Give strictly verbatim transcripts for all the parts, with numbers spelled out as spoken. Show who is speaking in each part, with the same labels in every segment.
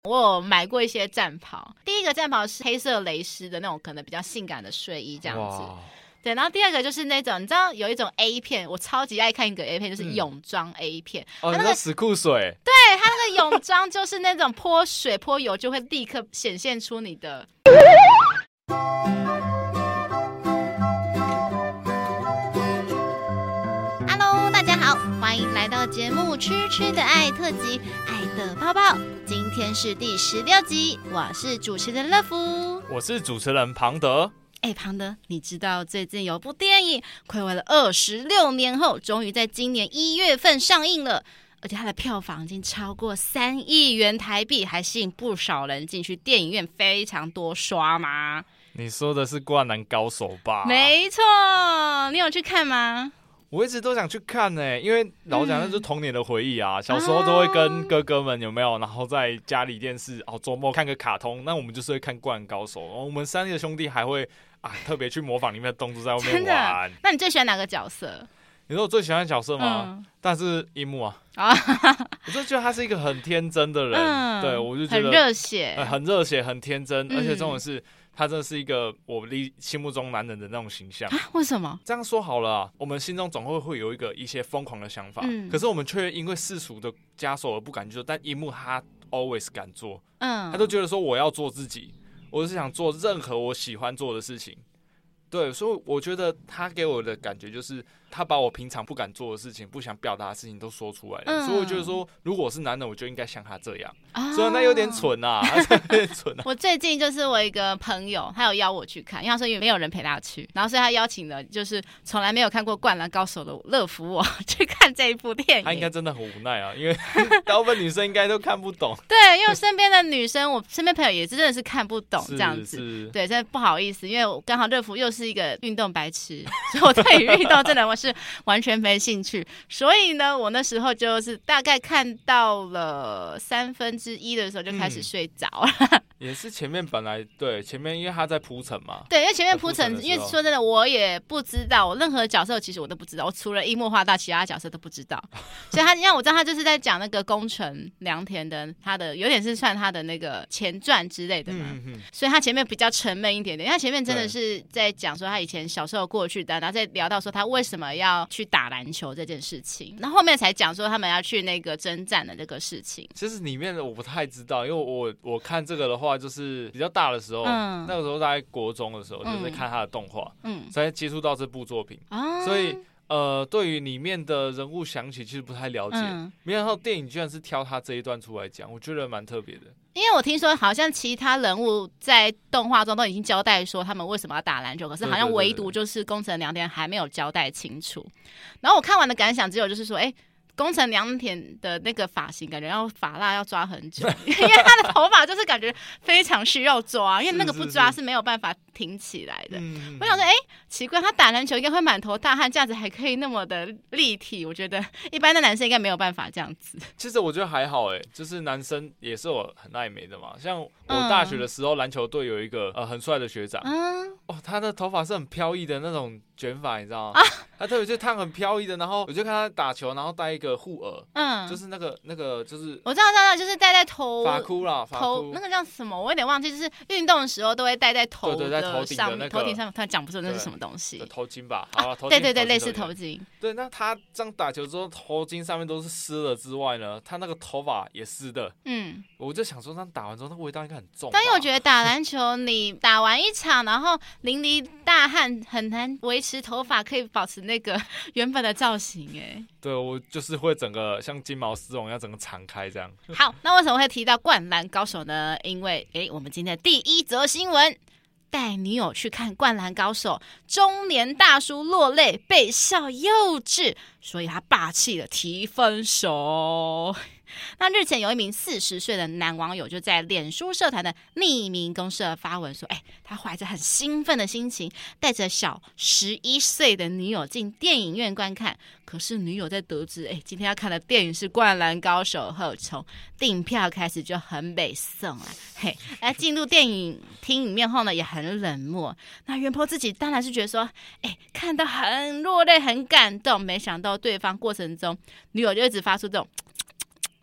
Speaker 1: 我有买过一些战袍，第一个战袍是黑色蕾丝的那种，可能比较性感的睡衣这样子。对，然后第二个就是那种，你知道有一种 A 片，我超级爱看一个 A 片，就是泳装 A 片。
Speaker 2: 嗯、哦，
Speaker 1: 那个、
Speaker 2: 你说死库水？
Speaker 1: 对，它那个泳装就是那种泼水泼油就会立刻显现出你的。Hello， 大家好，欢迎来到节目《吃吃的爱》特辑《爱的抱抱》，今天是第十六集，我是主持人乐福，
Speaker 2: 我是主持人庞德。
Speaker 1: 哎，庞德，你知道最近有部电影睽违了二十六年后，终于在今年一月份上映了，而且它的票房已经超过三亿元台币，还吸引不少人进去电影院非常多刷吗？
Speaker 2: 你说的是《灌篮高手》吧？
Speaker 1: 没错，你有去看吗？
Speaker 2: 我一直都想去看呢、欸，因为老讲那就是童年的回忆啊、嗯，小时候都会跟哥哥们有没有，然后在家里电视哦，周末看个卡通，那我们就是会看《灌篮高手》，然后我们三个兄弟还会啊特别去模仿里面的动作在外面玩。
Speaker 1: 那你最喜欢哪个角色？
Speaker 2: 你说我最喜欢的角色吗？嗯、但是樱木啊，啊我就觉得他是一个很天真的人，嗯、对我就觉得
Speaker 1: 很热血、
Speaker 2: 呃，很热血，很天真，嗯、而且重点是。他真的是一个我心目中男人的那种形象、
Speaker 1: 啊、为什么？
Speaker 2: 这样说好了、啊，我们心中总会会有一个一些疯狂的想法、嗯，可是我们却因为世俗的枷锁而不敢去做。但樱木他 always 敢做，嗯，他都觉得说我要做自己，我是想做任何我喜欢做的事情。对，所以我觉得他给我的感觉就是他把我平常不敢做的事情、不想表达的事情都说出来了、嗯、所以我觉得说如果我是男人我就应该像他这样、哦、虽然那有点蠢啊有点蠢啊。
Speaker 1: 我最近就是我一个朋友他有邀我去看，因为他说因为没有人陪他去，然后所以他邀请了就是从来没有看过灌篮高手的乐福我去看这一部电影。
Speaker 2: 他应该真的很无奈啊，因为大部分女生应该都看不懂。
Speaker 1: 对，因为我身边的女生我身边朋友也是真的是看不懂这样子，对，真的不好意思，因为我刚好乐福又是一个运动白痴，所以我对于运动真的我是完全没兴趣，所以呢我那时候就是大概看到了三分之一的时候就开始睡着了、嗯、
Speaker 2: 也是前面本来对前面因为他在铺陈嘛，
Speaker 1: 对，因为前面铺陈，因为说真的我也不知道，我任何角色其实我都不知道，我除了樱木花道其他角色都不知道，所以他让我知道他就是在讲那个宫城良田的他的有点是算他的那个前传之类的嘛、嗯嗯、所以他前面比较沉闷一点点，因为他前面真的是在讲说他以前小时候过去的，然后再聊到说他为什么要去打篮球这件事情，然后后面才讲说他们要去那个征战的这个事情。
Speaker 2: 其实里面的我不太知道，因为我我看这个的话就是比较大的时候、嗯、那个时候大概国中的时候、嗯、就是看他的动画、嗯、才接触到这部作品、啊、所以呃，对于里面的人物详情其实不太了解、嗯、没想到电影居然是挑他这一段出来讲，我觉得蛮特别的。
Speaker 1: 因为我听说好像其他人物在动画中都已经交代说他们为什么要打篮球，可是好像唯独就是宫城良田还没有交代清楚。然后我看完的感想只有就是说，哎，宫城良田的那个发型感觉要发蜡要抓很久，因为他的头发就是感觉非常需要抓，因为那个不抓是没有办法挺起来的。是是是，我想说，哎，奇怪，他打篮球应该会满头大汗，这样子还可以那么的立体，我觉得一般的男生应该没有办法这样子。
Speaker 2: 其实我觉得还好，哎，就是男生也是有很爱美的嘛。像我大学的时候，篮、嗯、球队有一个呃很帅的学长，嗯，哦，他的头发是很飘逸的那种卷发，你知道吗？啊，他特别就烫很飘逸的，然后我就看他打球，然后戴一个护耳，嗯，就是那个那个就是
Speaker 1: 我知道知道，就是戴在头
Speaker 2: 发箍啦，
Speaker 1: 头那个叫什么？我有点忘记，就是运动的时候都会戴在头的
Speaker 2: 对对，在头顶的那个
Speaker 1: 头顶上，他讲不出那是什么东西，
Speaker 2: 头巾吧？好了、啊，
Speaker 1: 对对对，类似头巾。
Speaker 2: 对，那他这样打球之后，头巾上面都是湿了之外呢，他那个头发也湿的。嗯，我就想说，他打完之后，那味道应该很重。
Speaker 1: 但因为我觉得打篮球，你打完一场，然后淋漓大汗，很难维持头发可以保持那个原本的造型。哎，
Speaker 2: 对，我就是会整个像金毛狮王一样整个敞开这样。
Speaker 1: 好，那为什么会提到灌篮高手呢？因为哎，我们今天的第一则新闻。带女友去看《灌篮高手》，中年大叔落泪，被笑幼稚，所以他霸气的提分手。那日前有一名四十岁的男网友就在脸书社团的匿名公社发文说，哎，他怀着很兴奋的心情，带着小十一岁的女友进电影院观看。可是女友在得知，哎，今天要看的电影是《灌篮高手》后，从订票开始就很北宋啊，嘿，来进入电影厅里面后呢，也很冷漠。那原 po 自己当然是觉得说，哎，看到很落泪，很感动。没想到对方过程中，女友就一直发出这种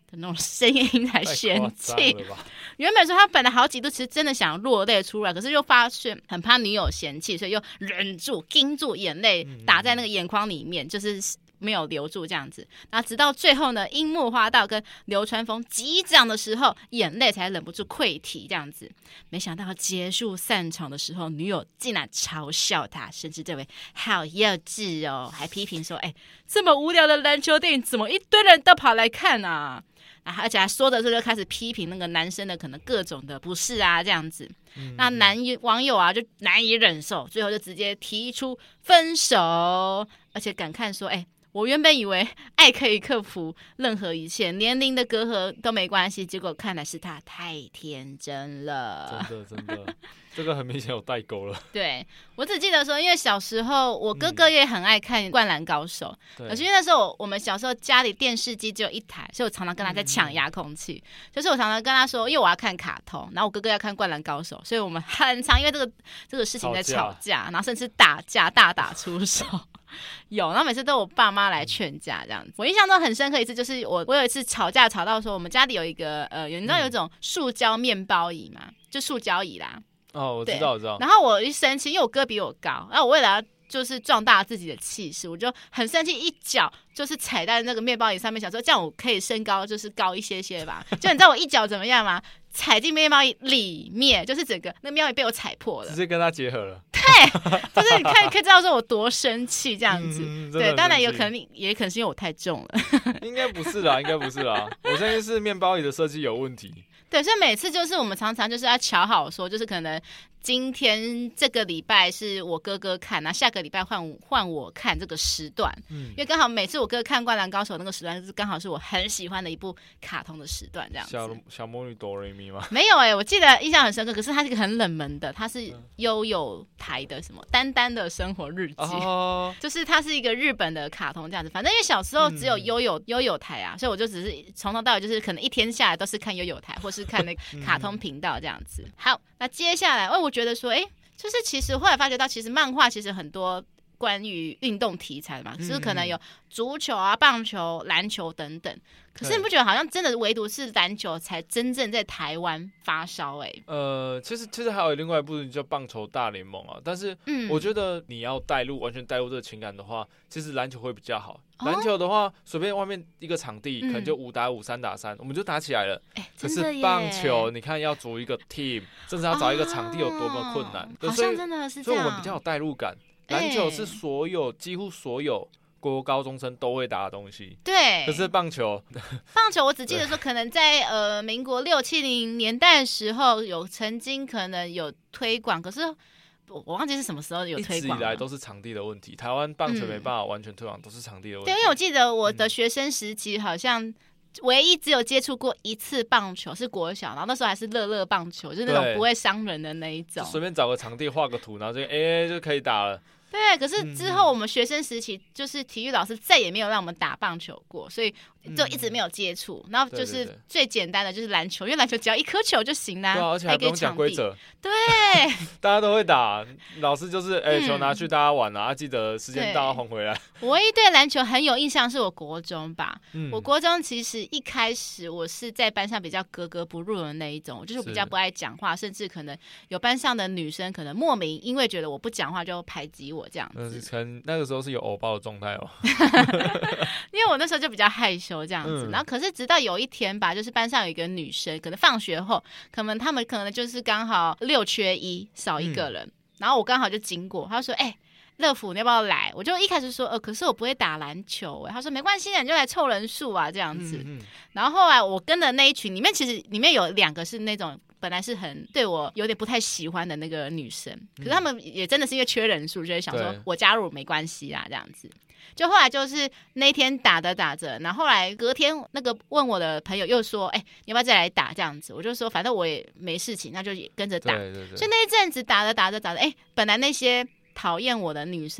Speaker 1: 的那种声音才嫌弃。原本说他本来好几度其实真的想落泪出来，可是又发现很怕女友嫌弃，所以又忍住盯住眼泪打在那个眼眶里面，就是没有留住这样子。然后直到最后呢，樱木花道跟流川枫击掌的时候，眼泪才忍不住溃堤这样子。没想到结束散场的时候，女友竟然嘲笑他，甚至认为好幼稚哦，还批评说：“哎，这么无聊的篮球电影，怎么一堆人都跑来看啊？”而且还说的时候就开始批评那个男生的可能各种的不是啊这样子。嗯、那男网友啊就难以忍受，最后就直接提出分手，而且感慨说：“哎。”我原本以为爱可以克服任何一切，年龄的隔阂都没关系，结果看来是他太天真了。
Speaker 2: 真的真的，这个很明显有代沟了。
Speaker 1: 对，我只记得说，因为小时候我哥哥也很爱看《灌篮高手》，可是因为那时候我们小时候家里电视机只有一台，所以我常常跟他在抢遥控器。嗯、就是我常常跟他说，因为我要看卡通，然后我哥哥要看《灌篮高手》，所以我们很常因为这个这个事情在吵架，然后甚至打架，大打出手。有，然后每次都有我爸妈来劝架这样子。我印象中很深刻一次，就是我我有一次吵架吵到说，我们家里有一个呃，你知道有一种塑胶面包椅吗？就塑胶椅啦。
Speaker 2: 哦，我知道，我知道。
Speaker 1: 然后我一生气，因为我哥比我高，然后我为了要就是壮大自己的气势，我就很生气，一脚就是踩在那个面包椅上面，想说这样我可以身高就是高一些些吧。就你知道我一脚怎么样吗？踩进面包椅里面，就是整个那面包椅被我踩破了，
Speaker 2: 直接跟他结合了。
Speaker 1: 对，就是你看可以知道说我多生气这样子。
Speaker 2: 嗯、
Speaker 1: 对，当然有可能也可能是因为我太重了。
Speaker 2: 应该不是啦，应该不是啦。我相信是面包椅的设计有问题。
Speaker 1: 对，所以每次就是我们常常就是要瞧好说，就是可能今天这个礼拜是我哥哥看，然后下个礼拜换换我看这个时段，嗯，因为刚好每次我哥看《灌篮高手》那个时段，就是刚好是我很喜欢的一部卡通的时段，这样子。
Speaker 2: 小小魔女哆瑞咪吗？
Speaker 1: 没有哎、欸，我记得印象很深刻，可是它是一个很冷门的，它是悠悠台的什么丹丹的生活日记，哦、就是它是一个日本的卡通这样子。反正因为小时候只有悠悠悠悠台啊，所以我就只是从头到尾就是可能一天下来都是看悠悠台，或是看那个卡通频道这样子。好，那接下来，因为我觉得说，哎，就是其实后来发觉到，其实漫画其实很多关于运动题材嘛，就是可能有足球啊、棒球、篮球等等。可是你不觉得好像真的唯独是篮球才真正在台湾发烧？哎，
Speaker 2: 呃，其实其实还有另外一部叫《棒球大联盟》啊，但是我觉得你要带入完全带入这个情感的话，其实篮球会比较好。篮球的话，随便外面一个场地，可能就五打五、三打三，我们就打起来了。
Speaker 1: 欸、
Speaker 2: 可是棒球，你看要组一个 team， 甚至要找一个场地有多么困难，
Speaker 1: 哦、好像真的是这样。
Speaker 2: 所以我们比较有代入感。篮球是所有几乎所有国高中生都会打的东西。
Speaker 1: 对。
Speaker 2: 可是棒球，
Speaker 1: 棒球我只记得说，可能在呃民国六七零年代的时候，有曾经可能有推广，可是。我忘记是什么时候有推广了，
Speaker 2: 一直以来都是场地的问题。台湾棒球没办法完全推广，嗯、都是场地的问题。
Speaker 1: 对，因为我记得我的学生时期好像唯一只有接触过一次棒球，是国小，然后那时候还是乐乐棒球，就是那种不会伤人的那一种，
Speaker 2: 随便找个场地画个图，然后就哎、欸、就可以打了。
Speaker 1: 对，可是之后我们学生时期就是体育老师再也没有让我们打棒球过，所以就一直没有接触。嗯、然后就是最简单的就是篮球，因为篮球只要一颗球就行啦，
Speaker 2: 对、啊，而且还不用讲规则。
Speaker 1: 对，
Speaker 2: 大家都会打，老师就是哎、欸、球拿去大家玩啊，嗯、记得时间到还回来。
Speaker 1: 我唯一对篮球很有印象是我国中吧，嗯、我国中其实一开始我是在班上比较格格不入的那一种，就是比较不爱讲话，甚至可能有班上的女生可能莫名因为觉得我不讲话就排挤我。我这样子，
Speaker 2: 可能那个时候是有偶包的状态哦，
Speaker 1: 因为我那时候就比较害羞这样子，嗯、然后可是直到有一天吧，就是班上有一个女生，可能放学后，可能他们可能就是刚好六缺一，少一个人，嗯、然后我刚好就经过，他就说：“哎、欸，乐福你要不要来？”我就一开始说：“呃，可是我不会打篮球。”他说：“没关系，你就来凑人数啊，这样子。嗯嗯”然后后来我跟的那一群里面，其实里面有两个是那种。本来是很对我有点不太喜欢的那个女生，可是他们也真的是因为缺人数，就会想说我加入没关系啦，这样子。就后来就是那天打着打着，然后后来隔天那个问我的朋友又说：“哎、欸，你要不要再来打？”这样子，我就说反正我也没事情，那就也跟着打。
Speaker 2: 对对对。
Speaker 1: 所以那一阵子打着打着打着，哎、欸，本来那些讨厌我的女生就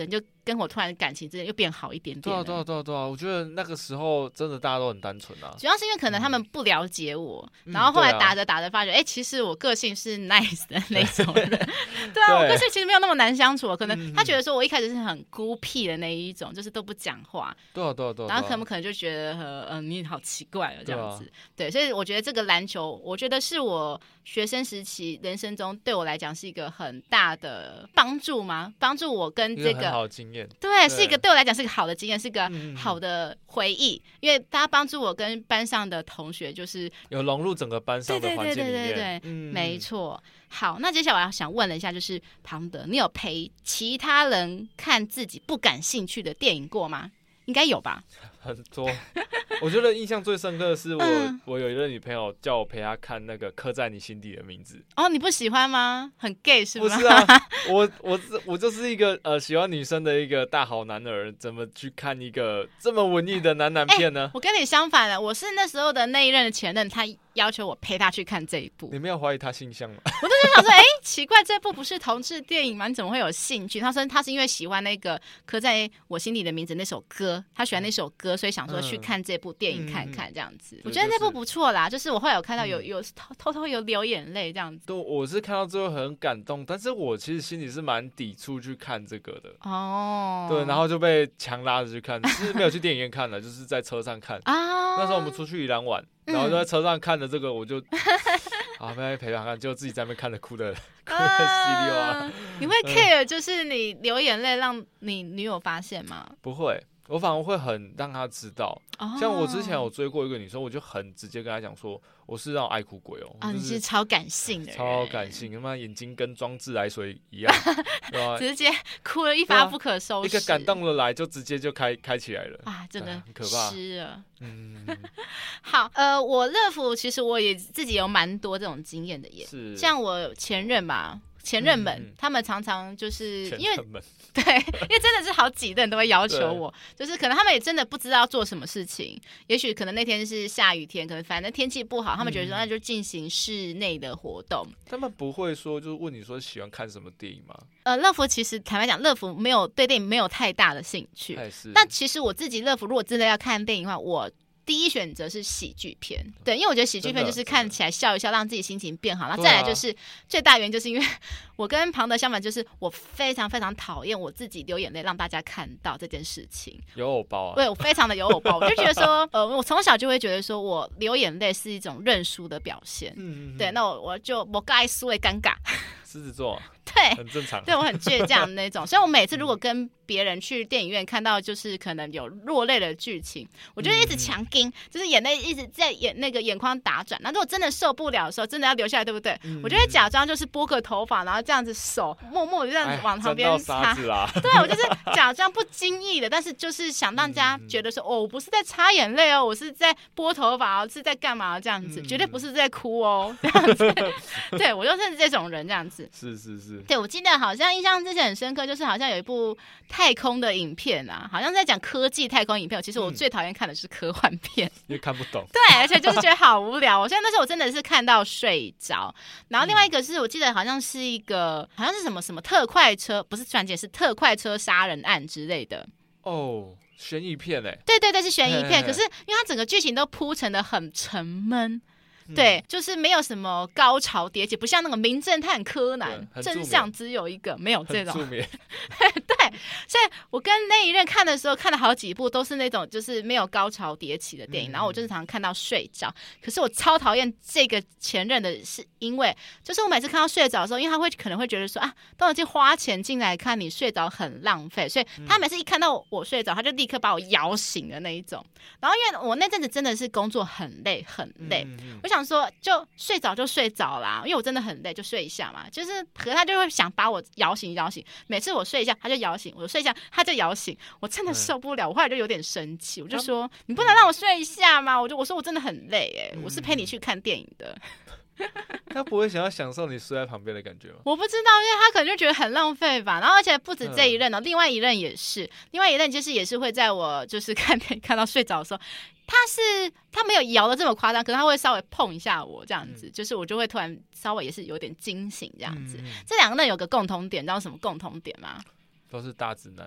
Speaker 1: 跟我突然感情之间又变好一点点了。
Speaker 2: 对啊对啊对啊对啊，我觉得那个时候真的大家都很单纯啊。
Speaker 1: 主要是因为可能他们不了解我，嗯、然后后来打着打着发觉，哎、嗯啊欸，其实我个性是 nice 的那种人。对啊，我个性其实没有那么难相处，可能他觉得说我一开始是很孤僻的那一种，就是都不讲话。
Speaker 2: 对啊对啊对啊。
Speaker 1: 然后他们可能就觉得呃呃你好奇怪了这样子。对, 啊、对，所以我觉得这个篮球，我觉得是我学生时期人生中对我来讲是一个很大的帮助吗？帮助我跟这个
Speaker 2: 很好的经验，
Speaker 1: 对，是一个对我来讲是一个好的经验，是一个好的回忆，嗯、因为大家帮助我跟班上的同学就是
Speaker 2: 有融入整个班上的环境里面，对对对对对，
Speaker 1: 嗯、没错。好，那接下来我要想问了一下，就是庞德，你有陪其他人看自己不感兴趣的电影过吗？应该有吧？
Speaker 2: 很多，我觉得印象最深刻的是我，
Speaker 1: 嗯、
Speaker 2: 我有一个女朋友叫我陪她看那个《刻在你心底的名字》。
Speaker 1: 哦，你不喜欢吗？很 gay 是吗？
Speaker 2: 不是啊，我我我就是一个呃喜欢女生的一个大好男儿，怎么去看一个这么文艺的男男片呢？
Speaker 1: 欸、我跟你相反了，我是那时候的那一任的前任，他要求我陪他去看这一部。
Speaker 2: 你没有怀疑他性向吗？
Speaker 1: 我就想说，哎、欸，奇怪，这部不是同志电影吗？你怎么会有兴趣？他说他是因为喜欢那个刻在我心里的名字那首歌，他喜欢那首歌，所以想说去看这部电影看看这样子。嗯、我觉得那部不错啦，就是我后来有看到有有偷偷偷有流眼泪这样子。
Speaker 2: 对，我是看到最后很感动，但是我其实心里是蛮抵触去看这个的。哦，对，然后就被强拉着去看，是没有去电影院看的，就是在车上看啊。那时候我们出去宜兰玩。然后就在车上看着这个，我就啊，没陪他看，就自己在那边看着哭的哭的稀里哇啦。
Speaker 1: 你会 care 就是你流眼泪让你女友发现吗？
Speaker 2: 不会，我反而会很让她知道。哦、像我之前有追过一个女生，我就很直接跟她讲说，我是那种爱哭鬼哦。
Speaker 1: 啊、哦，你是超感性的人，
Speaker 2: 超感性，他妈眼睛跟装自来水一样，对吧？
Speaker 1: 直接哭了一发不可收拾，
Speaker 2: 一个感动的来就直接就开开起来了
Speaker 1: 啊，真的
Speaker 2: 很可怕，
Speaker 1: 湿了。嗯，好，呃，我乐福其实我也自己有蛮多这种经验的耶，是像我前任吧。前任们、嗯、他们常常就是因为对，因为真的是好几任都会要求我，就是可能他们也真的不知道做什么事情，也许可能那天是下雨天，可能反正天气不好，他们觉得说那就进行室内的活动、嗯。
Speaker 2: 他们不会说就是问你说喜欢看什么电影吗？
Speaker 1: 呃，乐福其实坦白讲，乐福没有对电影没有太大的兴趣。但其实我自己乐福如果真的要看电影的话，我第一选择是喜剧片，对，因为我觉得喜剧片就是看起来笑一笑，让自己心情变好。然后再来就是、啊、最大原因，就是因为我跟庞德相反，就是我非常非常讨厌我自己流眼泪让大家看到这件事情。
Speaker 2: 有偶包啊？
Speaker 1: 对，我非常的有偶包，我就觉得说，呃，我从小就会觉得说我流眼泪是一种认输的表现。嗯嗯对，那我我就我该输会尴尬。
Speaker 2: 狮子座。
Speaker 1: 对，
Speaker 2: 很正常。
Speaker 1: 对，我很倔强的那种，所以我每次如果跟别人去电影院看到就是可能有落泪的剧情，我就一直强盯、嗯，就是眼泪一直在眼那个眼眶打转。那如果真的受不了的时候，真的要流下来，对不对？嗯、我就会假装就是拨个头发，然后这样子手默默的这样子往旁边擦。对，我就是假装不经意的，但是就是想让大家觉得说，哦，我不是在擦眼泪哦，我是在拨头发，是在干嘛这样子，嗯、绝对不是在哭哦，这样子。对，我就是这种人这样子。
Speaker 2: 是是是。
Speaker 1: 对，我记得好像印象之前很深刻，就是好像有一部太空的影片啊，好像在讲科技太空影片。其实我最讨厌看的是科幻片，
Speaker 2: 因为看不懂。
Speaker 1: 对，而且就是觉得好无聊。我现在那时候我真的是看到睡着。然后另外一个是我记得好像是一个，好像是什么什么特快车，不是传记，是特快车杀人案之类的。
Speaker 2: 哦，悬疑片哎。
Speaker 1: 对对对，是悬疑片。可是因为它整个剧情都铺陈的很沉闷。对，就是没有什么高潮迭起，不像那个名侦探柯南，真相只有一个，没有这种。对，所以我跟那一任看的时候，看了好几部都是那种就是没有高潮迭起的电影，嗯、然后我就是常常看到睡着。可是我超讨厌这个前任的是，因为就是我每次看到睡着的时候，因为他会可能会觉得说啊，都已经花钱进来看，你睡着很浪费，所以他每次一看到我睡着，他就立刻把我摇醒的那一种。然后因为我那阵子真的是工作很累很累，嗯嗯我想。说就睡着就睡着啦，因为我真的很累，就睡一下嘛。就是可是他就会想把我摇醒摇醒，每次我睡一下他就摇醒，我睡一下他就摇醒，我真的受不了。我后来就有点生气，我就说、嗯、你不能让我睡一下吗？我就我说我真的很累哎、欸嗯，我是陪你去看电影的。
Speaker 2: 他不会想要享受你睡在旁边的感觉吗？
Speaker 1: 我不知道，因为他可能就觉得很浪费吧。然后而且不止这一任哦、嗯，另外一任也是，另外一任就是也是会在我就是看电影看到睡着的时候。他是他没有摇的这么夸张，可是他会稍微碰一下我这样子、嗯，就是我就会突然稍微也是有点惊醒这样子。嗯、这两个人有个共同点，你知道什么共同点吗？
Speaker 2: 都是大直男。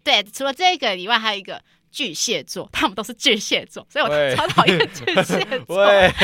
Speaker 1: 对，除了这个以外，还有一个巨蟹座，他们都是巨蟹座，所以我超讨厌巨蟹座。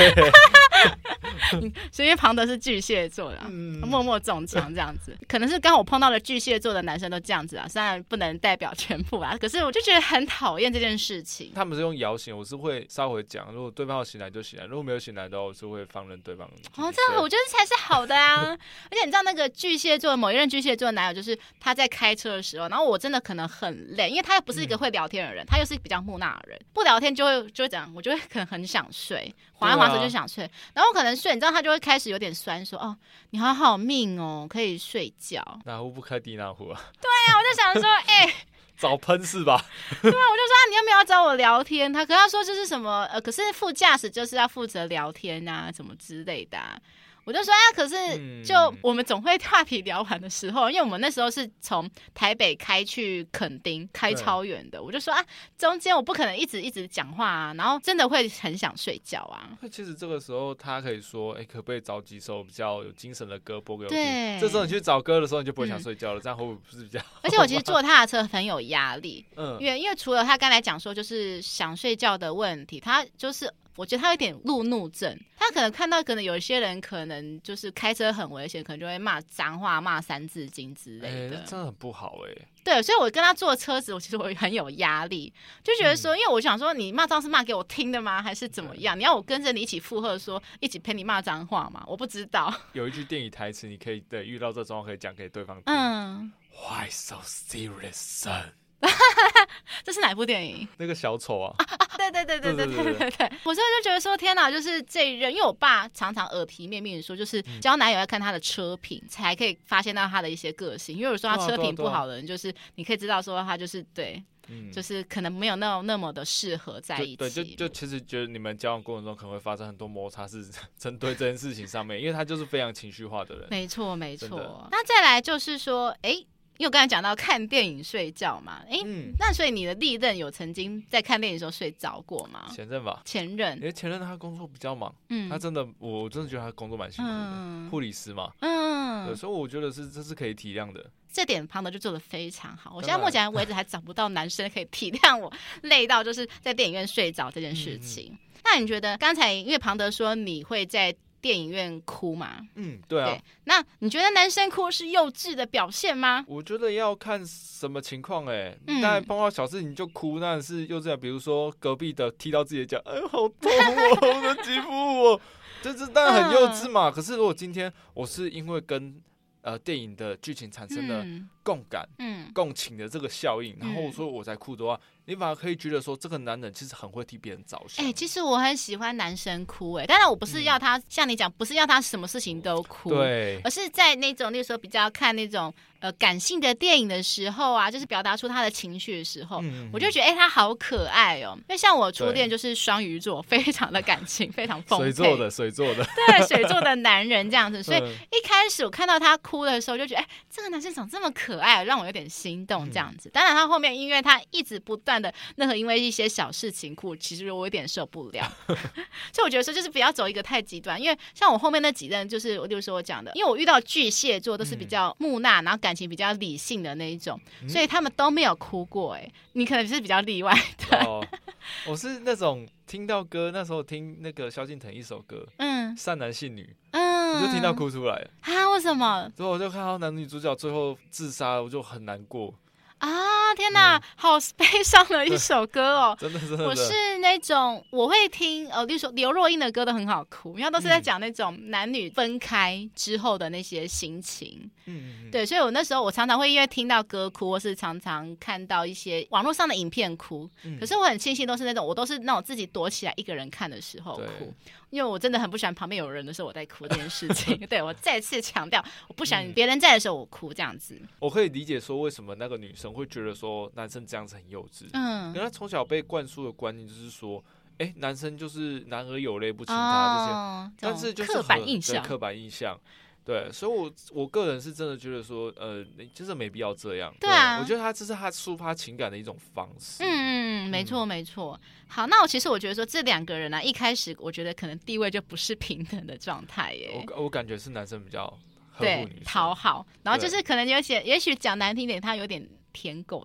Speaker 1: 所以庞德是巨蟹座的、啊嗯，默默中枪这样子，可能是刚我碰到的巨蟹座的男生都这样子啊，虽然不能代表全部啊，可是我就觉得很讨厌这件事情。
Speaker 2: 他们是用摇醒，我是会稍微讲，如果对方要醒来就醒来，如果没有醒来的话，我是会放任对方。
Speaker 1: 哦，这样我觉得才是好的啊！而且你知道那个巨蟹座某一任巨蟹座的男友，就是他在开车的时候，然后我真的可能很累，因为他又不是一个会聊天的人，嗯、他又是比较木讷的人，不聊天就会就会这样，我就会可能很想睡，滑来滑去就想睡，啊、然后我可能睡，你知道他就会开始有点酸，说哦，你好好命哦，可以睡觉。
Speaker 2: 哪壶不开提哪壶啊？
Speaker 1: 对啊，我就想说，哎、欸，
Speaker 2: 早喷是吧？
Speaker 1: 对啊，我就说、啊、你有没有要找我聊天？他可他说这是什么？呃，可是副驾驶就是要负责聊天啊，什么之类的、啊。我就说啊，可是就我们总会话题聊完的时候，因为我们那时候是从台北开去垦丁，开超远的。我就说啊，中间我不可能一直一直讲话啊，然后真的会很想睡觉啊。
Speaker 2: 其实这个时候他可以说，哎、欸，可不可以找几首比较有精神的歌播给我听？
Speaker 1: 对，
Speaker 2: 这时候你去找歌的时候，你就不会想睡觉了，嗯、这样会不会不是比较好？
Speaker 1: 而且我其实坐他的车很有压力，嗯，因为因为除了他刚才讲说就是想睡觉的问题，他就是。我觉得他有点路怒症，他可能看到可能有一些人可能就是开车很危险，可能就会骂脏话、骂三字经之类的，
Speaker 2: 欸、真的很不好哎、欸。
Speaker 1: 对，所以我跟他坐车子，我其实我很有压力，就觉得说，嗯、因为我想说，你骂脏是骂给我听的吗？还是怎么样？你要我跟着你一起附和说，一起陪你骂脏话吗？我不知道。
Speaker 2: 有一句电影台词，你可以对遇到这状况可以讲给对方听。
Speaker 1: 嗯
Speaker 2: ，Why so serious, son？
Speaker 1: 这是哪部电影？
Speaker 2: 那个小丑啊！
Speaker 1: 啊啊对对对对对对对 对, 对！我所以就觉得说，天哪，就是这一任，因为我爸常常耳提面命说，就是交男友要看他的车品，嗯、才可以发现到他的一些个性。因为有时候他车品不好的人，就是你可以知道说他就是对。嗯、就是可能没有那那么的适合在一起。
Speaker 2: 对，就就其实觉得你们交往过程中可能会发生很多摩擦，是针对这件事情上面，因为他就是非常情绪化的人。
Speaker 1: 没错，没错。那再来就是说，哎、欸。因为我刚才讲到看电影睡觉嘛，哎、欸嗯，那所以你的历任有曾经在看电影的时候睡着过吗？
Speaker 2: 前任吧，
Speaker 1: 前任，
Speaker 2: 因为前任他工作比较忙，嗯，他真的，我真的觉得他工作蛮辛苦的，护理师嘛，嗯，对，所以我觉得是这是可以体谅的。
Speaker 1: 这点庞德就做得非常好，我现在目前为止还找不到男生可以体谅我累到就是在电影院睡着这件事情。嗯、那你觉得刚才因为庞德说你会在电影院哭嘛？
Speaker 2: 嗯，对啊。对，
Speaker 1: 那你觉得男生哭是幼稚的表现吗？
Speaker 2: 我觉得要看什么情况哎、欸。嗯。当然碰到小事情就哭，那是幼稚的。比如说隔壁的踢到自己的脚，哎，好痛哦，我的肌肤哦，这这当然很幼稚嘛。嗯、可是如果今天我是因为跟呃电影的剧情产生了共感、嗯、共情的这个效应，然后我说我才哭的话。你反而可以觉得说，这个男人其实很会替别人着想。
Speaker 1: 哎、欸，其实我很喜欢男生哭、欸，哎，当然我不是要他、嗯、像你讲，不是要他什么事情都哭，
Speaker 2: 对，
Speaker 1: 而是在那种，例如说比较看那种呃感性的电影的时候啊，就是表达出他的情绪的时候，嗯、我就觉得哎、欸，他好可爱哦。因为像我初恋就是双鱼座，非常的感情，非常丰沛，
Speaker 2: 水做的，水做的，
Speaker 1: 对，水做的男人这样子。所以一开始我看到他哭的时候，就觉得哎、欸，这个男生怎么这么可爱，让我有点心动这样子。嗯、当然，他后面因为他一直不断的任何因为一些小事情哭，其实我有点受不了。所以我觉得说，就是不要走一个太极端，因为像我后面那几任，就是例如说我讲的，因为我遇到巨蟹座都是比较木讷，然后感情比较理性的那一种，嗯、所以他们都没有哭过。哎，你可能是比较例外的。
Speaker 2: 哦，我是那种听到歌，那时候听那个萧敬腾一首歌，嗯，善男信女，嗯，我就听到哭出来了。
Speaker 1: 啊？为什么？
Speaker 2: 之后我就看到男女主角最后自杀，我就很难过。
Speaker 1: 啊，天哪，嗯、好悲伤的一首歌哦！
Speaker 2: 真的真的，
Speaker 1: 我是那种我会听，呃，例如说刘若英的歌都很好哭，因为都是在讲那种男女分开之后的那些心情。嗯，对，所以我那时候我常常会因为听到歌哭，或是常常看到一些网络上的影片哭。嗯、可是我很庆幸都是那种我都是那种自己躲起来一个人看的时候哭，因为我真的很不喜欢旁边有人的时候我在哭这件事情。对，我再次强调，我不喜欢别人在的时候我哭这样子。
Speaker 2: 我可以理解说为什么那个女生会觉得说男生这样子很幼稚，嗯，因为他从小被灌输的观念就是说，哎、欸，男生就是男儿有泪不亲他这些，哦、但是就是
Speaker 1: 刻板印象，
Speaker 2: 刻板印象，对，所以我我个人是真的觉得说，呃，就是没必要这样，
Speaker 1: 对啊，
Speaker 2: 我觉得他这是他抒发情感的一种方式，
Speaker 1: 嗯嗯，没错没错。好，那我其实我觉得说这两个人啊，一开始我觉得可能地位就不是平等的状态耶，
Speaker 2: 我我感觉是男生比较呵护女生，
Speaker 1: 对，讨好，然后就是可能有些也许讲难听点，他有点舔狗的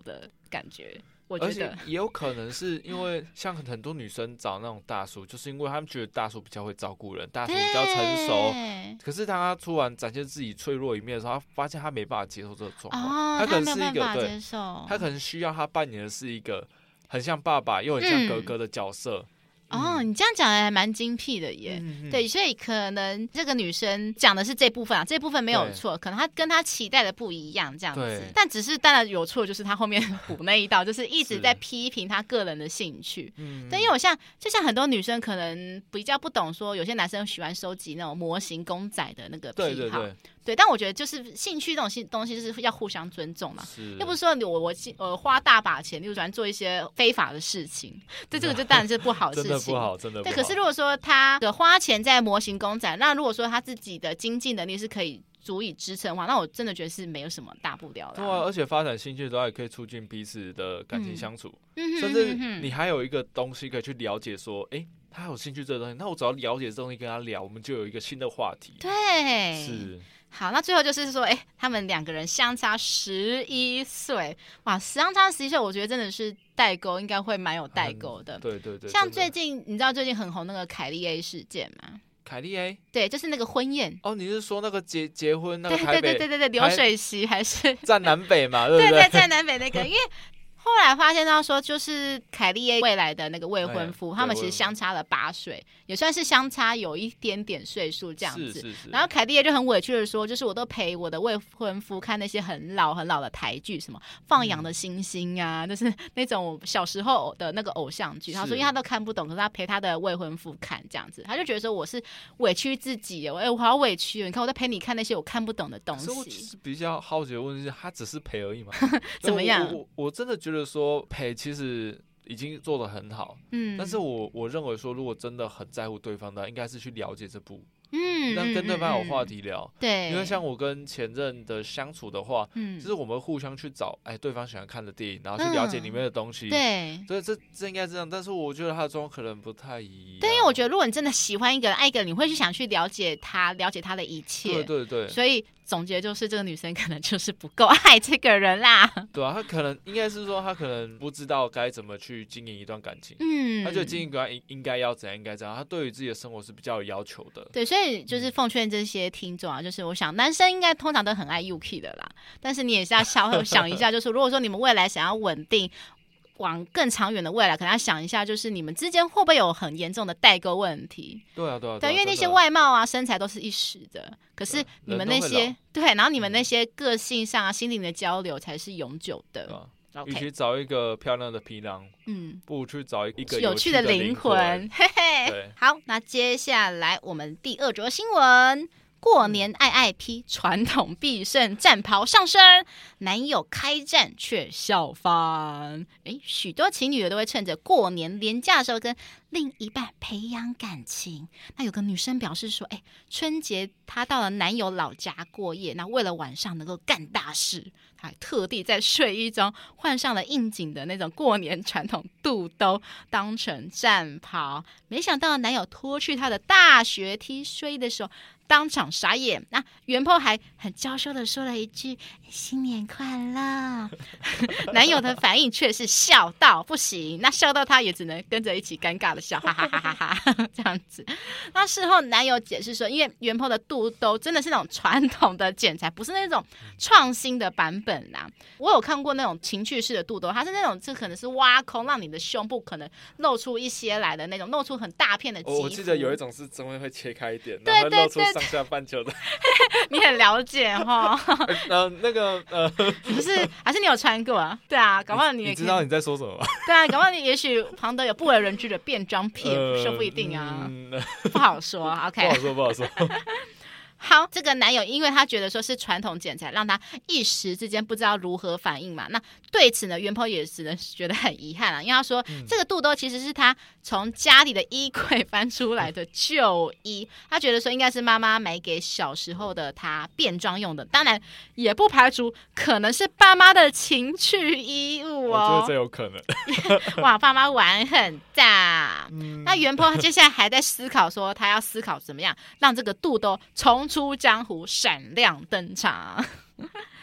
Speaker 1: 感觉。我觉得，而
Speaker 2: 且也有可能是因为像很多女生找那种大叔，就是因为他们觉得大叔比较会照顾人，大叔比较成熟。可是当他突然展现自己脆弱一面的时候，他发现他没办法接受这个状况。
Speaker 1: 哦，
Speaker 2: 他可能是一个
Speaker 1: 对，
Speaker 2: 他可能需要他扮演的是一个很像爸爸又很像哥哥的角色。
Speaker 1: 嗯哦，你这样讲还蛮精辟的耶、嗯、对，所以可能这个女生讲的是这部分啊，这部分没有错，可能她跟她期待的不一样这样子，但只是当然有错就是她后面补那一道就是一直在批评她个人的兴趣。对，因为我像就像很多女生可能比较不懂说有些男生喜欢收集那种模型公仔的那个癖好，对对对对，但我觉得就是兴趣这种东西就是要互相尊重嘛，又不是说我我呃花大把钱，例如喜欢做一些非法的事情，对，这个就当然是不好的事情，真的
Speaker 2: 不好，真的不好。
Speaker 1: 对，可是如果说他的花钱在模型公仔，那如果说他自己的经济能力是可以足以支撑的话，那我真的觉得是没有什么大不了的。
Speaker 2: 对啊，而且发展兴趣的话，也可以促进彼此的感情相处，嗯、甚至你还有一个东西可以去了解，说，哎、欸。他有兴趣这个东西，那我只要了解这东西跟他聊，我们就有一个新的话题。
Speaker 1: 对，
Speaker 2: 是。
Speaker 1: 好，那最后就是说，哎、欸，他们两个人相差十一岁，哇，相差十一岁，我觉得真的是代沟，应该会蛮有代沟的、嗯。
Speaker 2: 对对对。
Speaker 1: 像最近，你知道最近很红那个凯莉 A 事件吗？
Speaker 2: 凯莉 A，
Speaker 1: 对，就是那个婚宴。
Speaker 2: 哦，你是说那个结结婚那个台北？
Speaker 1: 对对对对对，流水席还是
Speaker 2: 站南北嘛？对不对？
Speaker 1: 对对，站南北那个，因为。后来发现到说，就是凯莉 A 未来的那个未婚夫，他们其实相差了八岁，也算是相差有一点点岁数这样子。
Speaker 2: 是是是。
Speaker 1: 然后凯莉 A 就很委屈的说，就是我都陪我的未婚夫看那些很老很老的台剧，什么放羊的星星啊，嗯、就是那种小时候的那个偶像剧。他说因为他都看不懂，可是他陪他的未婚夫看这样子，他就觉得说我是委屈自己，哎、欸，我好委屈，你看我在陪你看那些我看不懂的东西。
Speaker 2: 可是我其实比较好奇的问题是，他只是陪而已嘛？
Speaker 1: 怎么样？
Speaker 2: 我 我, 我真的觉得说陪。其实已经做得很好，嗯，但是我我认为说，如果真的很在乎对方的，应该是去了解这部，嗯，让跟对方有话题聊，
Speaker 1: 对、嗯，
Speaker 2: 因为像我跟前任的相处的话，嗯，就是我们互相去找，哎，对方喜欢看的电影，然后去了解里面的东西，
Speaker 1: 嗯、
Speaker 2: 对，所以这这应该这样，但是我觉得他的状况可能不太一样，
Speaker 1: 对，因为我觉得如果你真的喜欢一个人、爱一个人，你会去想去了解他，了解他的一切，
Speaker 2: 对对对，
Speaker 1: 所以。总结就是这个女生可能就是不够爱这个人啦。
Speaker 2: 对啊，她可能应该是说她可能不知道该怎么去经营一段感情。嗯，她觉得经营一段应该要怎样应该怎样，她对于自己的生活是比较有要求的。
Speaker 1: 对，所以就是奉劝这些听众啊，就是我想男生应该通常都很爱 Yuki 的啦，但是你也是要想想一下，就是如果说你们未来想要稳定。往更长远的未来，可能要想一下，就是你们之间会不会有很严重的代沟问题？
Speaker 2: 对啊，对啊，
Speaker 1: 对，因为那些外貌啊、身材都是一时的，可是你们那些对，然后你们那些个性上啊、心灵的交流才是永久的。
Speaker 2: 与其找一个漂亮的皮囊，嗯，不如去找一个
Speaker 1: 有趣的灵魂。嘿嘿，好，那接下来我们第二则新闻。过年爱爱披传统必胜战袍上身，男友开战却笑翻。诶，许多情侣都会趁着过年连假的时候跟另一半培养感情。那有个女生表示说，诶，春节她到了男友老家过夜，那为了晚上能够干大事，她还特地在睡衣中换上了应景的那种过年传统肚兜，当成战袍。没想到男友脱去她的大学 T 睡衣的时候，当场傻眼，那袁坡还很娇羞的说了一句新年快乐，男友的反应却是笑到不行，那笑到他也只能跟着一起尴尬的笑，哈哈哈哈哈，这样子。那事后男友解释说，因为袁坡的肚兜真的是那种传统的剪裁，不是那种创新的版本啦。我有看过那种情趣式的肚兜，它是那种这可能是挖空，让你的胸部可能露出一些来的那种，露出很大片的肌肤。
Speaker 2: 哦、我记得有一种是真的会切开一点，然后会露出上下半球的。
Speaker 1: 你很了解哈。
Speaker 2: 呃，那个呃，
Speaker 1: 不是，还是你有穿过啊？对啊，搞不好你也
Speaker 2: 你知道你在说什么吧？
Speaker 1: 对啊，搞不好你也许旁得有不为人知的变装片，呃、说不一定啊，嗯、不好说。OK，
Speaker 2: 不好说，不好说。
Speaker 1: 好，这个男友因为他觉得说是传统剪裁，让他一时之间不知道如何反应嘛。那对此呢，袁坡也只能觉得很遗憾啊，因为他说、嗯、这个肚兜其实是他从家里的衣柜翻出来的旧衣，他觉得说应该是妈妈买给小时候的他变装用的，当然也不排除可能是爸妈的情趣衣物哦。
Speaker 2: 我觉得这有可能。
Speaker 1: 哇，爸妈玩很大。嗯、那袁坡接下来还在思考说，他要思考怎么样让这个肚兜从出江湖闪亮登场。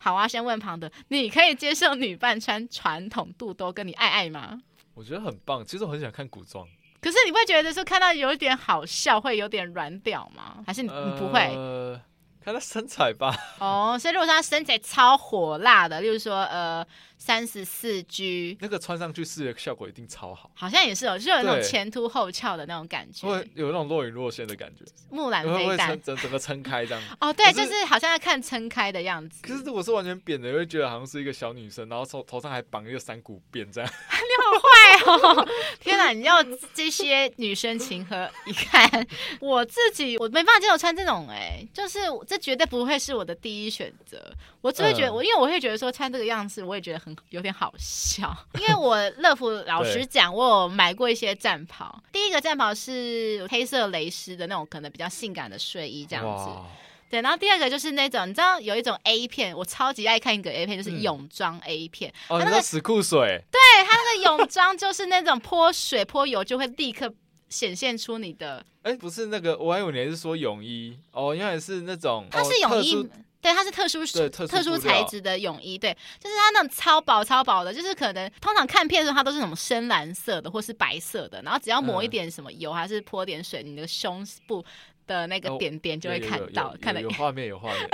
Speaker 1: 好啊，先问庞德，你可以接受女伴穿传统肚兜跟你爱爱吗？
Speaker 2: 我觉得很棒，其实我很喜欢看古装。
Speaker 1: 可是你会觉得说看到有点好笑，会有点软屌吗？还是你、呃、你不会？
Speaker 2: 呃，看他身材吧。
Speaker 1: 哦，所以如果说他身材超火辣的，例如说呃三十四 G，
Speaker 2: 那个穿上去视觉效果一定超好。
Speaker 1: 好像也是哦，就有那种前凸后翘的那种感觉，
Speaker 2: 会有那种若隐若现的感觉，
Speaker 1: 木兰飞弹，
Speaker 2: 会整整个撑开这样。
Speaker 1: 哦，对，就是好像在看撑开的样子。
Speaker 2: 可是如果是完全扁的，会觉得好像是一个小女生，然后头头上还绑一个山谷辫这样。
Speaker 1: 你好坏哦！天哪，你要这些女生情何以堪？我自己我没办法接受穿这种、欸，哎，就是这绝对不会是我的第一选择。我只会觉得，我、嗯、因为我会觉得说穿这个样子，我也觉得很有点好笑。因为我乐福老实讲，我有买过一些战袍。第一个战袍是黑色蕾丝的那种，可能比较性感的睡衣这样子。对，然后第二个就是那种，你知道有一种 A 片，我超级爱看一个 A 片，就是泳装 A 片。
Speaker 2: 嗯、哦，那个死库水。
Speaker 1: 对，它那个泳装就是那种泼水泼油就会立刻显现出你的。
Speaker 2: 哎，不是那个，我还以为你是说泳衣哦，原来是那种。
Speaker 1: 它是泳衣。哦，对，它是特殊特殊特殊材质的泳衣，对，就是它那种超薄超薄的，就是可能通常看片的时候它都是那种深蓝色的或是白色的，然后只要抹一点什么油、嗯、还是泼点水，你的胸部的那个点点就会看到，
Speaker 2: 哦、
Speaker 1: 看得
Speaker 2: 有画面有画面。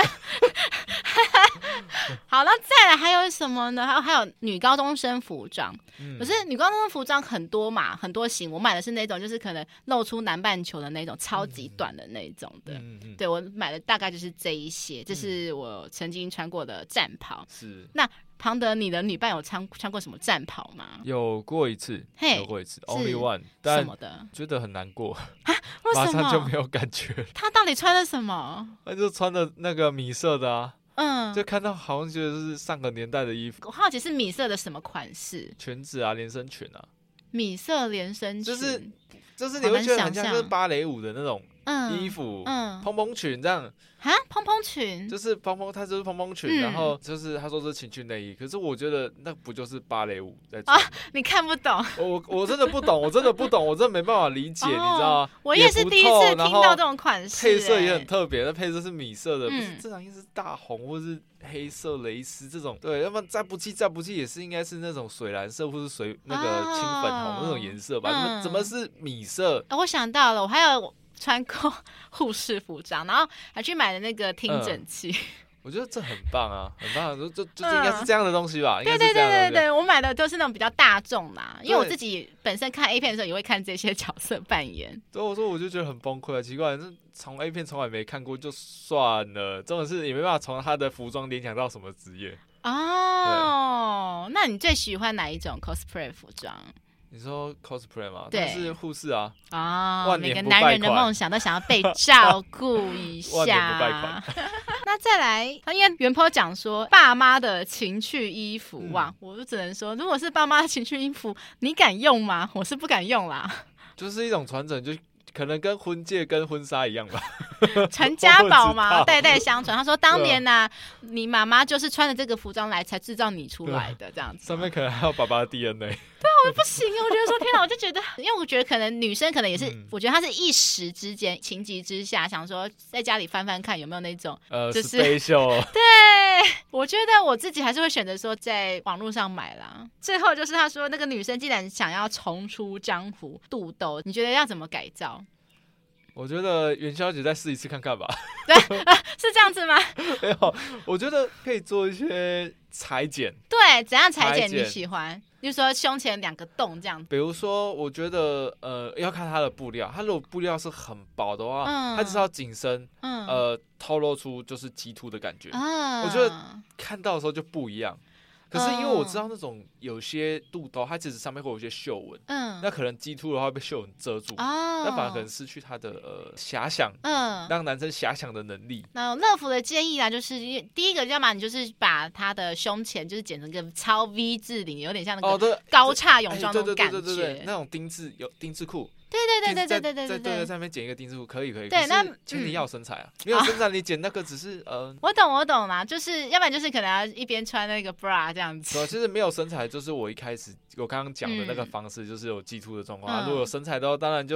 Speaker 1: 好，那再来还有什么呢？还有还有女高中生服装，嗯、可是女高中生服装很多嘛，很多型。我买的是那种就是可能露出南半球的那种超级短的那种的。嗯嗯、对，我买的大概就是这一些，这是我曾经穿过的战袍。是。那庞德，你的女伴有穿穿过什么战袍吗？
Speaker 2: 有过一次，有过一次 ，Only One， 但什么的，觉得很难过
Speaker 1: 啊？为什么？
Speaker 2: 马上就没有感觉。
Speaker 1: 他到底穿了什么？
Speaker 2: 他就穿的那个米色的啊。嗯，就看到好像觉得是上个年代的衣服。
Speaker 1: 我好奇是米色的什么款式？
Speaker 2: 裙子啊，连身裙啊。
Speaker 1: 米色连身裙，
Speaker 2: 就是就是你会觉得很像就是芭蕾舞的那种衣服，嗯，蓬蓬裙这样。
Speaker 1: 啊，蓬蓬裙
Speaker 2: 就是蓬蓬，它就是蓬蓬裙、嗯，然后就是他说是情趣内衣，可是我觉得那不就是芭蕾舞在穿、啊？
Speaker 1: 你看不懂，
Speaker 2: 我我真的不懂，我真的不懂，我真的没办法理解，哦、你知道吗？
Speaker 1: 我也是第一次听到这种款式、
Speaker 2: 欸，配色也很特别，那配色是米色的，嗯、不是正常应该是大红或是黑色蕾丝这种，对，要不然再不济再不济也是应该是那种水蓝色或是水那个青粉红那种颜色吧？怎、哦、么怎么是米色？
Speaker 1: 我想到了，我还有。穿过护士服装，然后还去买了那个听诊器、嗯。
Speaker 2: 我觉得这很棒啊，很棒、啊，就就就是应该是这样的东西吧。
Speaker 1: 对对对对对，我买的都是那种比较大众啦，因为我自己本身看 A 片的时候也会看这些角色扮演。
Speaker 2: 对，我说我就觉得很崩溃，奇怪，这从 A 片从来没看过就算了，真的是也没办法从他的服装联想到什么职业。
Speaker 1: 哦，那你最喜欢哪一种 cosplay 服装？
Speaker 2: 你说 cosplay 吗？对，是护士啊。
Speaker 1: 哦，每个男人的梦想都想要被照顾一下。
Speaker 2: 万年不败款。
Speaker 1: 那再来，因为原 po 讲说爸妈的情趣衣服、嗯、哇，我就只能说，如果是爸妈的情趣衣服，你敢用吗？我是不敢用啦。
Speaker 2: 就是一种传承，就可能跟婚戒跟婚纱一样吧。
Speaker 1: 传家宝嘛，代代相传。他说当年呢、啊，你妈妈就是穿着这个服装来才制造你出来的，这样子。
Speaker 2: 上面可能还有爸爸的 D N A。
Speaker 1: 对啊，我不行，我觉得说天哪，我就觉得，因为我觉得可能女生可能也是，嗯、我觉得她是一时之间情急之下想说在家里翻翻看有没有那种
Speaker 2: 呃，
Speaker 1: 就是
Speaker 2: special。
Speaker 1: 对，我觉得我自己还是会选择说在网络上买啦。最后就是他说那个女生既然想要重出江湖，肚兜，你觉得要怎么改造？
Speaker 2: 我觉得元宵节再试一次看看吧。
Speaker 1: 对、啊，是这样子吗？
Speaker 2: 没有，我觉得可以做一些裁剪。
Speaker 1: 对，怎样裁剪你喜欢？就是说胸前两个洞这样。
Speaker 2: 比如说，我觉得呃要看它的布料，它如果布料是很薄的话，嗯、它只是要紧身，嗯、呃透露出就是鸡突的感觉、嗯。我觉得看到的时候就不一样。可是因为我知道那种有些肚兜，它其实上面会有一些绣纹，嗯，那可能鸡突的话会被绣纹遮住，哦，那反而可能失去它的呃遐想，嗯，让男生遐想的能力。
Speaker 1: 那乐福的建议啦，就是第一个，要么你就是把他的胸前就是剪成一个超 V 字领，有点像那个高叉泳装那种感觉，
Speaker 2: 对对对对，那种丁字有丁字裤。
Speaker 1: 对对对对对对对
Speaker 2: 对，在上面剪一个丁字裤可以可以。
Speaker 1: 对，那
Speaker 2: 前提要有身材啊，没有身材你剪那个只是呃。
Speaker 1: 我懂我懂啦，就是要不然就是可能要一边穿那个 bra 这样子。
Speaker 2: 对，其实没有身材，就是我一开始我刚刚讲的那个方式，就是有鸡突的状况。如果有身材的话，当然就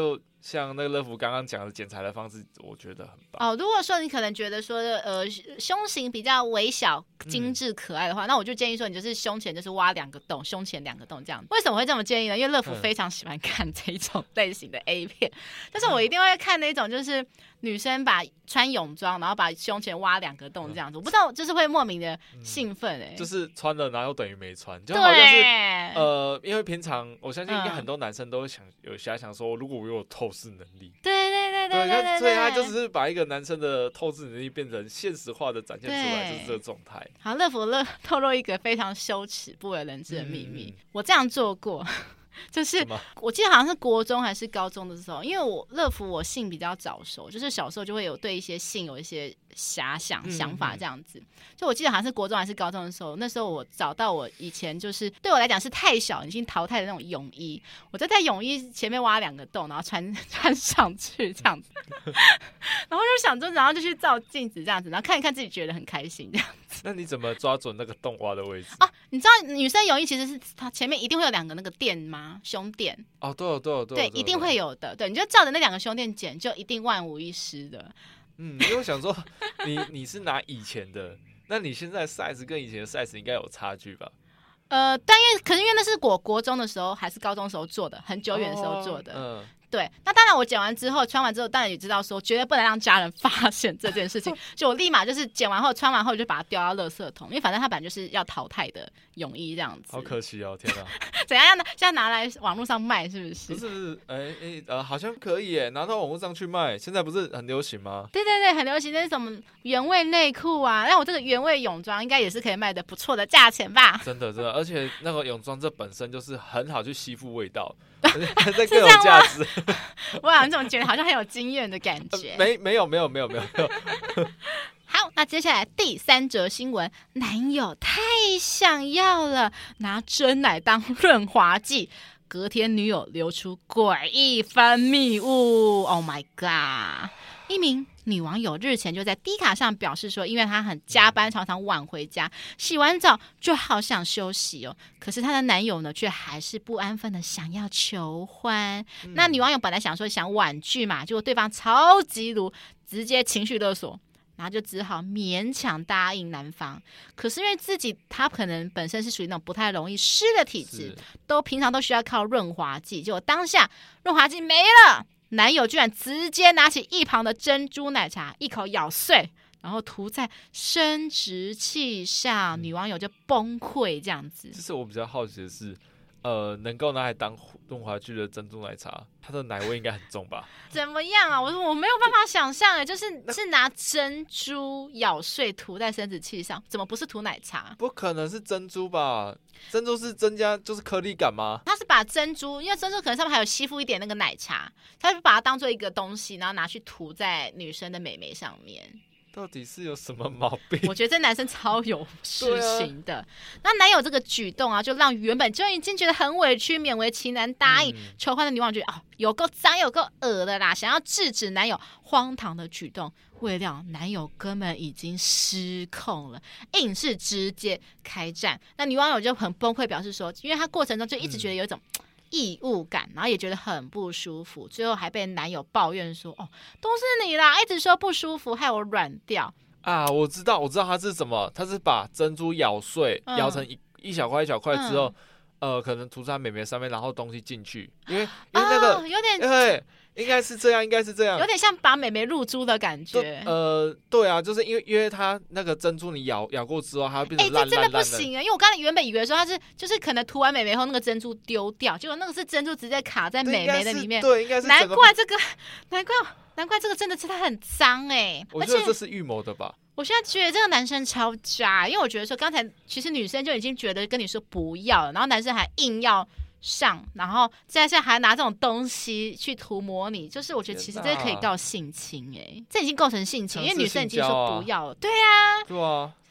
Speaker 2: 像那个乐福刚刚讲的剪裁的方式，我觉得很棒。
Speaker 1: 哦，如果说你可能觉得说呃胸型比较微小、精致、可爱的话，嗯、那我就建议说你就是胸前就是挖两个洞，胸前两个洞这样。为什么会这么建议呢？因为乐福非常喜欢看这一种类型的 A 片，嗯、但是我一定会看那种就是女生把穿泳装，然后把胸前挖两个洞这样子。嗯、我不知道，就是会莫名的兴奋哎、欸嗯，
Speaker 2: 就是穿了然后等于没穿，就好像是呃，因为平常我相信应该很多男生都会想有遐想说，如果我有透视能力，
Speaker 1: 对对对对对对，
Speaker 2: 所以他就只是把一个男生的透视能力变成现实化的展现出来，就是这个状态。
Speaker 1: 好，乐福乐透露一个非常羞耻、不为人知的秘密，嗯、我这样做过。就是我记得好像是国中还是高中的时候，因为我乐福我性比较早熟，就是小时候就会有对一些性有一些遐想想法这样子。就我记得好像是国中还是高中的时候，那时候我找到我以前就是对我来讲是太小已经淘汰的那种泳衣，我就在泳衣前面挖两个洞，然后穿穿上去这样子，然后就想说，然后就去照镜子这样子，然后看一看自己觉得很开心这样子。
Speaker 2: 那你怎么抓准那个洞挖的位置？
Speaker 1: 哦，你知道女生泳衣其实是它前面一定会有两个那个垫吗？胸垫。
Speaker 2: 哦，对哦，对哦，
Speaker 1: 对，一定会有的。对，你就照着那两个胸垫剪，就一定万无一失的。
Speaker 2: 嗯，因为我想说，你你是拿以前的，那你现在的 size 跟以前的 size 应该有差距吧？
Speaker 1: 呃，但因为可是因为那是我国中的时候还是高中的时候做的，很久远的时候做的。哦、嗯。对，那当然我剪完之后穿完之后当然也知道说绝对不能让家人发现这件事情，就我立马就是剪完后穿完后就把它丢到垃圾桶，因为反正它本来就是要淘汰的泳衣这样子。
Speaker 2: 好可惜哦，天啊！
Speaker 1: 怎样呢？现在拿来网络上卖是不是？
Speaker 2: 不是，哎、欸、哎、欸、呃，好像可以耶，拿到网络上去卖，现在不是很流行吗？
Speaker 1: 对对对，很流行，那是什么原味内裤啊？那我这个原味泳装应该也是可以卖的不错的价钱吧？
Speaker 2: 真的真的，而且那个泳装这本身就是很好去吸附味道。这更有价值。
Speaker 1: 哇，你怎么觉得好像很有经验的感觉？
Speaker 2: 呃、没没有没有没有没有。
Speaker 1: 好，那接下来第三则新闻，男友太想要了，拿真奶当润滑剂，隔天女友流出诡异分泌物。Oh my god！ 一名女网友日前就在 D 卡上表示说，因为她很加班，常常晚回家，洗完澡就好想休息哦。可是她的男友呢，却还是不安分的想要求欢。嗯、那女网友本来想说想婉拒嘛，结果对方超级鲁，直接情绪勒索。然后就只好勉强答应男方，可是因为自己他可能本身是属于那种不太容易湿的体质，都平常都需要靠润滑剂，结果当下润滑剂没了，男友居然直接拿起一旁的珍珠奶茶一口咬碎，然后涂在生殖器上，女网友就崩溃这样子。
Speaker 2: 其实我比较好奇的是，呃，能够拿来当润滑剂的珍珠奶茶，它的奶味应该很重吧？
Speaker 1: 怎么样啊？我我没有办法想象哎，就是是拿珍珠咬碎涂在生殖器上，怎么不是涂奶茶？
Speaker 2: 不可能是珍珠吧？珍珠是增加就是颗粒感吗？
Speaker 1: 他是把珍珠，因为珍珠可能上面还有吸附一点那个奶茶，他就把它当做一个东西，然后拿去涂在女生的美眉上面。
Speaker 2: 到底是有什么毛病？
Speaker 1: 我觉得这男生超有事情的。啊、那男友这个举动啊，就让原本就已经觉得很委屈、勉为其难答应、嗯、求欢的女网友觉得哦，有够脏、有够恶的啦，想要制止男友荒唐的举动。未料男友根本已经失控了，硬是直接开战。那女网友就很崩溃，表示说，因为她过程中就一直觉得有一种。嗯异物感，然后也觉得很不舒服，最后还被男友抱怨说：“哦，都是你啦，一直说不舒服，害我软掉。”
Speaker 2: 啊，我知道，我知道他是什么，他是把珍珠咬碎，嗯、咬成一一小块一小块之后，嗯、呃，可能涂在美眉上面，然后东西进去，因为因为那个、
Speaker 1: 哦、有点
Speaker 2: 对。应该是这样，应该是这样，
Speaker 1: 有点像把美眉入珠的感觉。
Speaker 2: 呃，对啊，就是因为因为它那个珍珠你咬咬过之后，它会变成烂烂烂的。哎、欸，这真的不行啊！因为我刚才原本以为说它是就是可能涂完美眉后那个珍珠丢掉，结果那个是珍珠直接卡在美眉的里面。 对，应该是。
Speaker 1: 难怪这个，难怪难怪这个真的是它很脏哎、欸。
Speaker 2: 我觉得这是预谋的吧。
Speaker 1: 我现在觉得这个男生超渣，因为我觉得说刚才其实女生就已经觉得跟你说不要了，然后男生还硬要。上，然后现在还拿这种东西去涂抹你，就是我觉得其实这可以告性侵哎、欸，这已经构成性侵，因为女生已经说不要了，对啊，
Speaker 2: 对啊，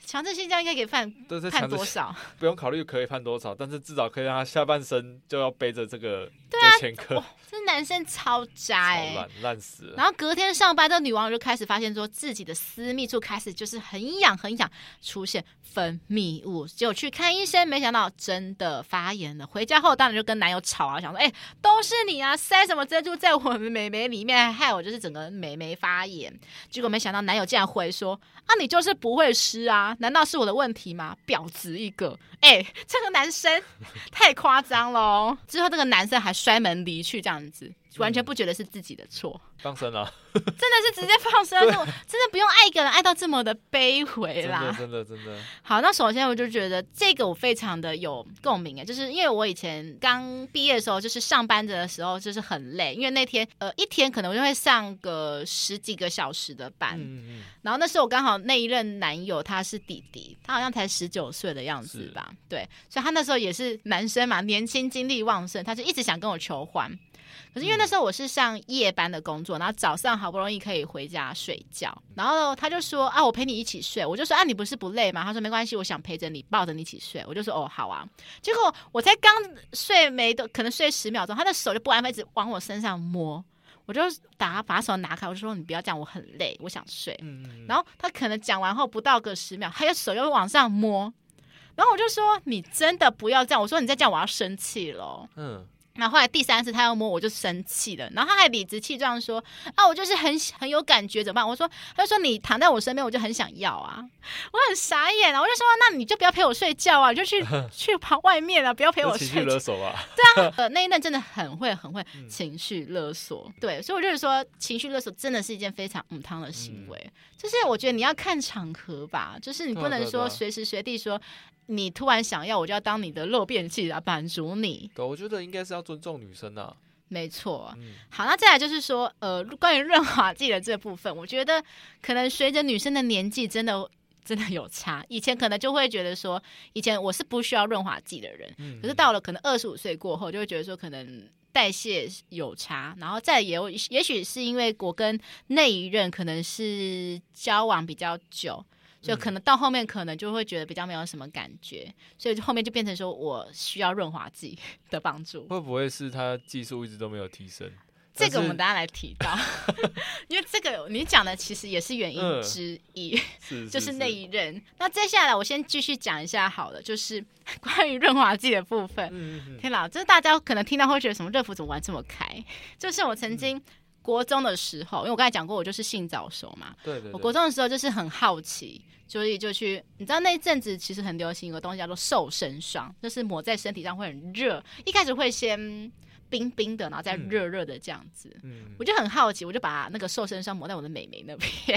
Speaker 1: 强制性交应该可以判判多少？
Speaker 2: 不用考虑可以判多少，但是至少可以让他下半身就要背着这个前科。
Speaker 1: 哦，这男生超渣哎、欸，
Speaker 2: 烂烂死了。
Speaker 1: 然后隔天上班，这女网友就开始发现说自己的私密处开始就是很痒很痒，出现分泌物，结果去看医生，没想到真的发炎了。回家后当然就跟男友吵啊，想说哎、欸，都是你啊，塞什么珍珠在我们美眉里面，害我就是整个美眉发炎。结果没想到男友竟然回说啊，你就是不会湿啊，难道是我的问题吗？婊子一个！哎、欸，这个男生太夸张了哦。之后这个男生还摔门离去，这样子完全不觉得是自己的错。
Speaker 2: 放生啊，
Speaker 1: 真的是直接放生，真的不用爱一个人爱到这么的卑微啦，
Speaker 2: 真的真的真的。
Speaker 1: 好，那首先我就觉得这个我非常的有共鸣哎，就是因为我以前刚毕业的时候，就是上班的时候就是很累，因为那天呃一天可能我就会上个十几个小时的班，嗯嗯，然后那时候我刚好那一任男友他是弟弟，他好像才十九岁的样子吧，对，所以他那时候也是男生嘛，年轻精力旺盛，他就一直想跟我求欢。可是因为那时候我是上夜班的工作，然后早上好不容易可以回家睡觉，然后他就说啊，我陪你一起睡，我就说啊，你不是不累吗？他说没关系，我想陪着你，抱着你一起睡。我就说哦，好啊。结果我才刚睡没多，可能睡十秒钟，他的手就不安分，一直往我身上摸。我就打把手拿开，我就说你不要这样，我很累，我想睡。嗯、然后他可能讲完后不到个十秒，他的手又往上摸，然后我就说你真的不要这样，我说你再这样我要生气了。嗯。然后后来第三次他要摸我就生气了，然后他还理直气壮说啊我就是很很有感觉怎么办？我说他就说你躺在我身边我就很想要啊，我很傻眼啊，我就说那你就不要陪我睡觉啊，你就去去跑外面啊，不要陪我睡觉。情绪勒索啊。对啊，呃那一任真的很会很会情绪勒索，嗯、对，所以我就是说情绪勒索真的是一件非常母汤的行为，嗯、就是我觉得你要看场合吧，就是你不能说随时随地说。你突然想要我就要当你的漏便器来满足你。
Speaker 2: 对，我觉得应该是要尊重女生啊。
Speaker 1: 没错、嗯、好，那再来就是说呃，关于润滑剂的这部分，我觉得可能随着女生的年纪真的真的有差，以前可能就会觉得说以前我是不需要润滑剂的人、嗯、可是到了可能二十五岁过后就会觉得说可能代谢有差，然后再也有也许是因为我跟那一任可能是交往比较久，就可能到后面可能就会觉得比较没有什么感觉，所以后面就变成说我需要润滑剂的帮助。
Speaker 2: 会不会是他技术一直都没有提升？
Speaker 1: 这个我们等一下来提到因为这个你讲的其实也是原因之一、嗯、是是是就是那一任。那接下来我先继续讲一下好了，就是关于润滑剂的部分。嗯嗯天哪，这大家可能听到会觉得什么热敷怎么玩这么开，就是我曾经、嗯国中的时候，因为我刚才讲过我就是性早熟嘛，
Speaker 2: 对对对，
Speaker 1: 我国中的时候就是很好奇，所以就去，你知道那一阵子其实很流行一个东西叫做瘦身霜，就是抹在身体上会很热，一开始会先冰冰的，然后再热热的这样子、嗯、我就很好奇，我就把那个瘦身霜抹在我的美眉那边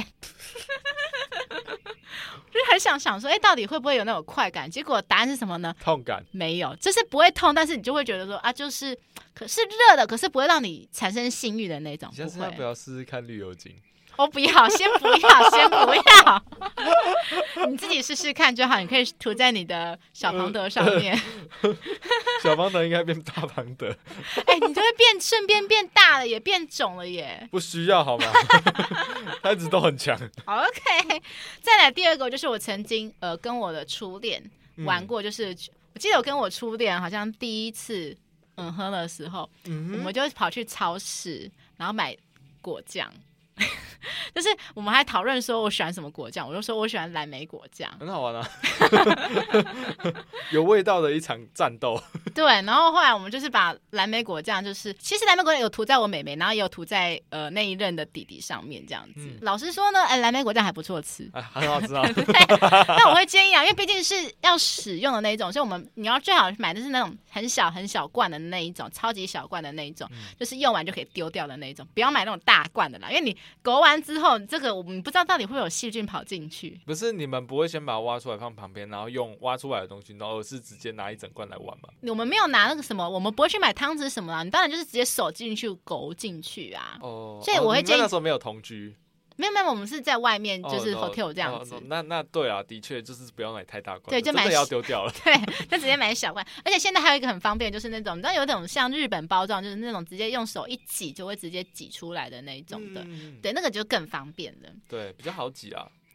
Speaker 1: 就是很想想说，哎、欸，到底会不会有那种快感？结果答案是什么呢？
Speaker 2: 痛感。
Speaker 1: 没有，就是不会痛，但是你就会觉得说啊，就是可是热的，可是不会让你产生性欲的那种。
Speaker 2: 你下次要不要试试看绿油精？
Speaker 1: 我不要，先不要，先不要，你自己试试看就好。你可以涂在你的小庞德上面。
Speaker 2: 小庞德应该变大庞德。
Speaker 1: 哎、欸，你就会变，顺便变大了，也变肿了耶。
Speaker 2: 不需要好吗？他一直都很强。
Speaker 1: OK， 再来第二个就是我曾经呃跟我的初恋玩过，就是、嗯、我记得我跟我初恋好像第一次嗯喝的时候、嗯，我们就跑去超市，然后买果酱。就是我们还讨论说我喜欢什么果酱，我就说我喜欢蓝莓果酱，
Speaker 2: 很好玩啊有味道的一场战斗
Speaker 1: 对，然后后来我们就是把蓝莓果酱，就是其实蓝莓果酱有涂在我妹妹，然后也有涂在呃那一任的弟弟上面这样子、嗯、老实说呢，哎，蓝莓果酱还不错吃、
Speaker 2: 啊、很好吃啊
Speaker 1: 对，但我会建议啊，因为毕竟是要使用的那一种，所以我们你要最好买的是那种很小很小罐的那一种，超级小罐的那一种、嗯、就是用完就可以丢掉的那一种，不要买那种大罐的啦，因为你勾完之后这个我们不知道到底会有细菌跑进去。
Speaker 2: 不是你们不会先把它挖出来放旁边，然后用挖出来的东西，然后而是直接拿一整罐来玩吗？
Speaker 1: 我们没有拿那个什么，我们不会去买汤匙什么啦，你当然就是直接手进去勾进去啊。哦，所以我会建议、
Speaker 2: 哦、那时候没有同居。
Speaker 1: 没有没有，我们是在外面就是 hotel 这样子。
Speaker 2: 哦哦哦、那那对啊，的确就是不要买太大罐，
Speaker 1: 对，就买
Speaker 2: 真的要丢掉了。
Speaker 1: 对，就直接买小罐。而且现在还有一个很方便，就是那种你知道有一种像日本包装，就是那种直接用手一挤就会直接挤出来的那一种的。嗯、对，那个就更方便了。
Speaker 2: 对，比较好挤啊。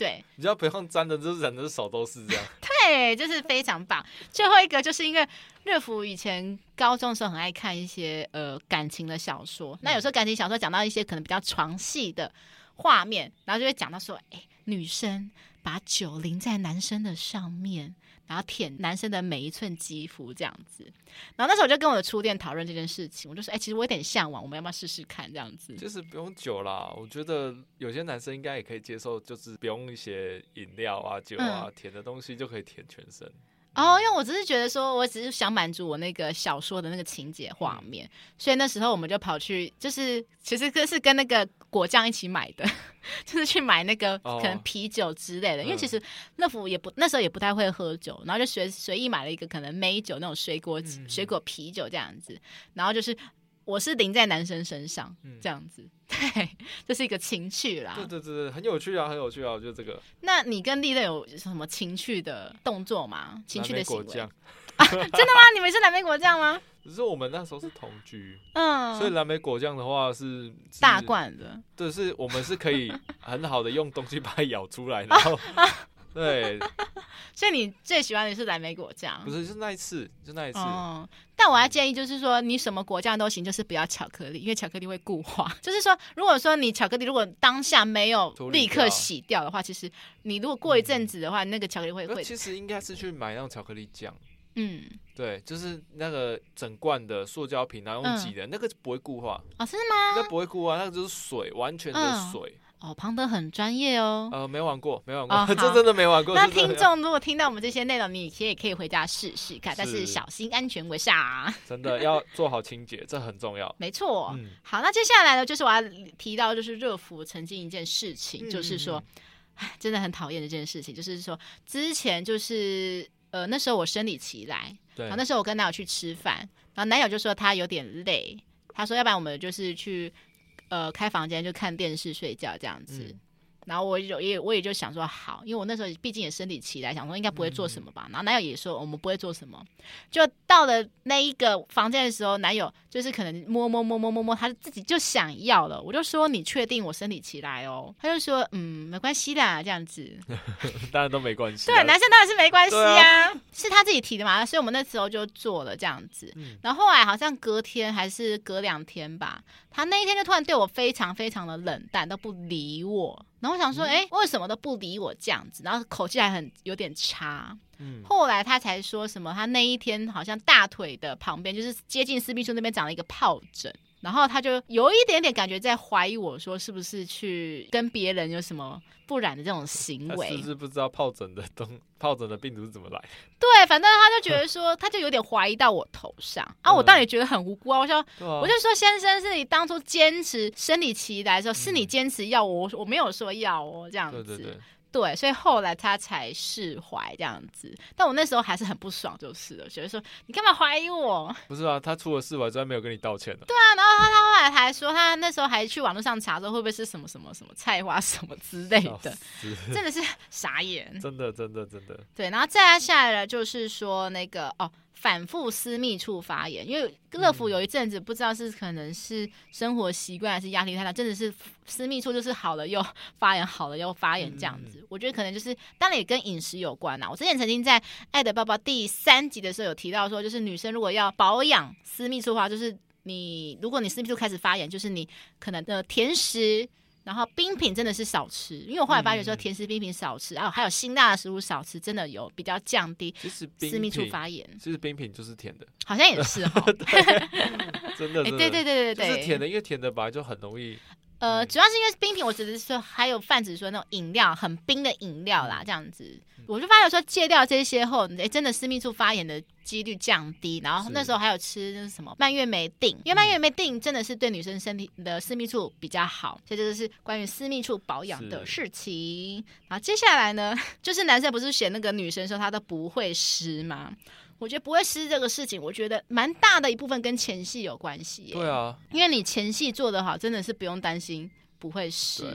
Speaker 1: 对，
Speaker 2: 你只要不用沾的，就是人的手都是这样。
Speaker 1: 对，就是非常棒。最后一个就是因为热芙以前高中的时候很爱看一些呃感情的小说，那有时候感情小说讲到一些可能比较床戏的画面，然后就会讲到说，哎，女生把酒淋在男生的上面，然后舔男生的每一寸肌肤这样子。然后那时候我就跟我的初恋讨论这件事情，我就说，哎，其实我有点向往，我们要不要试试看这样子？
Speaker 2: 其实不用酒啦，我觉得有些男生应该也可以接受，就是不用一些饮料啊、酒啊、嗯、甜的东西就可以舔全身。
Speaker 1: 哦，因为我只是觉得说，我只是想满足我那个小说的那个情节画面，嗯、所以那时候我们就跑去，就是其实是跟那个果酱一起买的，就是去买那个可能啤酒之类的。哦、因为其实乐芙也不那时候也不太会喝酒，然后就随随意买了一个可能梅酒那种水果、嗯、水果啤酒这样子，然后就是我是淋在男生身上、嗯、这样子。对，这是一个情趣啦。
Speaker 2: 对对对对，很有趣啊，很有趣啊，我觉得这个。
Speaker 1: 那你跟丽乐有什么情趣的动作吗？情趣的行为？
Speaker 2: 蓝莓果酱、
Speaker 1: 啊、真的吗？你们是蓝莓果酱吗？
Speaker 2: 只是我们那时候是同居，嗯，所以蓝莓果酱的话是, 是
Speaker 1: 大罐的，
Speaker 2: 对，是我们是可以很好的用东西把它舀出来，然后。对，
Speaker 1: 所以你最喜欢的是蓝莓果酱？
Speaker 2: 不是，就那一次，就那一次。哦，
Speaker 1: 但我要建议就是说，你什么果酱都行，就是不要巧克力，因为巧克力会固化。就是说，如果说你巧克力如果当下没有立刻洗掉的话，其实你如果过一阵子的话，嗯、那个巧克力会会。
Speaker 2: 其实应该是去买那种巧克力酱。嗯，对，就是那个整罐的塑胶瓶，然后用挤的、嗯，那个不会固化。
Speaker 1: 哦，是吗？
Speaker 2: 那不会固化，那个就是水，完全的水。嗯
Speaker 1: 哦，庞德很专业哦。
Speaker 2: 呃，没玩过，没玩过，哦、这真的没玩过。
Speaker 1: 那听众如果听到我们这些内容，你也可以回家试试看，但是小心安全为上。
Speaker 2: 真的要做好清洁，这很重要。
Speaker 1: 没错、嗯。好，那接下来呢，就是我要提到，就是热芙曾经一件事情，嗯、就是说，哎，真的很讨厌的这件事情，就是说，之前就是呃那时候我生理期来，对，然后那时候我跟男友去吃饭，然后男友就说他有点累，他说要不然我们就是去。呃，开房间就看电视睡觉这样子，嗯、然后我也我也就想说好，因为我那时候毕竟也生理期来，想说应该不会做什么吧。嗯、然后男友也说我们不会做什么，就到了那一个房间的时候，男友就是可能摸摸摸摸摸摸，他自己就想要了。我就说你确定我生理期来哦？他就说嗯，没关系的，这样子。
Speaker 2: 当然都没关系。
Speaker 1: 对，男生当然是没关系啊，啊是他自己提的嘛，所以我们那时候就做了这样子。嗯、然后后来好像隔天还是隔两天吧。他那一天就突然对我非常非常的冷淡，都不理我。然后我想说，哎、嗯，为什么都不理我这样子？然后口气还很有点差。嗯，后来他才说什么，他那一天好像大腿的旁边，就是接近私密处那边长了一个疱疹。然后他就有一点点感觉在怀疑我说是不是去跟别人有什么不染的这种行为。
Speaker 2: 他是不是不知道疱疹的东疱疹的病毒是怎么来？
Speaker 1: 对，反正他就觉得说，他就有点怀疑到我头上啊。我当然也觉得很无辜啊。我说，啊、我就说先生，是你当初坚持生理期来的时候，嗯、是你坚持要我，我没有说要哦，这样子。对对对。对，所以后来他才释怀这样子，但我那时候还是很不爽，就是了，觉得说你干嘛怀疑我？
Speaker 2: 不是啊，他除了释怀之外没有跟你道歉的。
Speaker 1: 对啊，然后他他后来还说，他那时候还去网络上查说会不会是什么什么什么菜花什么之类的，真的是傻眼，
Speaker 2: 真的真的真的。
Speaker 1: 对，然后再下来就是说那个哦。反复私密处发炎，因为乐芙有一阵子不知道是可能是生活习惯还是压力太大，真的是私密处就是好了又发炎，好了又发炎这样子。嗯、我觉得可能就是当然也跟饮食有关啦。我之前曾经在《爱的抱抱》第三集的时候有提到说，就是女生如果要保养私密处的话，就是你如果你私密处开始发炎，就是你可能的甜食。然后冰品真的是少吃，因为我后来发觉说甜食冰品少吃，然后、嗯、还有辛辣的食物少吃，真的有比较降低私密处发炎。
Speaker 2: 其实冰品就是甜的，
Speaker 1: 好像也是哦。
Speaker 2: 真的，
Speaker 1: 哎，对对对对对，
Speaker 2: 就是甜的，因为甜的本来就很容易。
Speaker 1: 呃，主要是因为冰品，我只是说还有泛指说那种饮料很冰的饮料啦，这样子，我就发现说戒掉这些后，哎，真的私密处发炎的几率降低。然后那时候还有吃那什么蔓越莓锭，因为蔓越莓锭真的是对女生身体的私密处比较好，所以这个是关于私密处保养的事情。然后接下来呢，就是男生不是嫌那个女生说她都不会湿吗？我觉得不会湿这个事情，我觉得蛮大的一部分跟前戏有关系耶。
Speaker 2: 对啊，
Speaker 1: 因为你前戏做得好，真的是不用担心不会湿。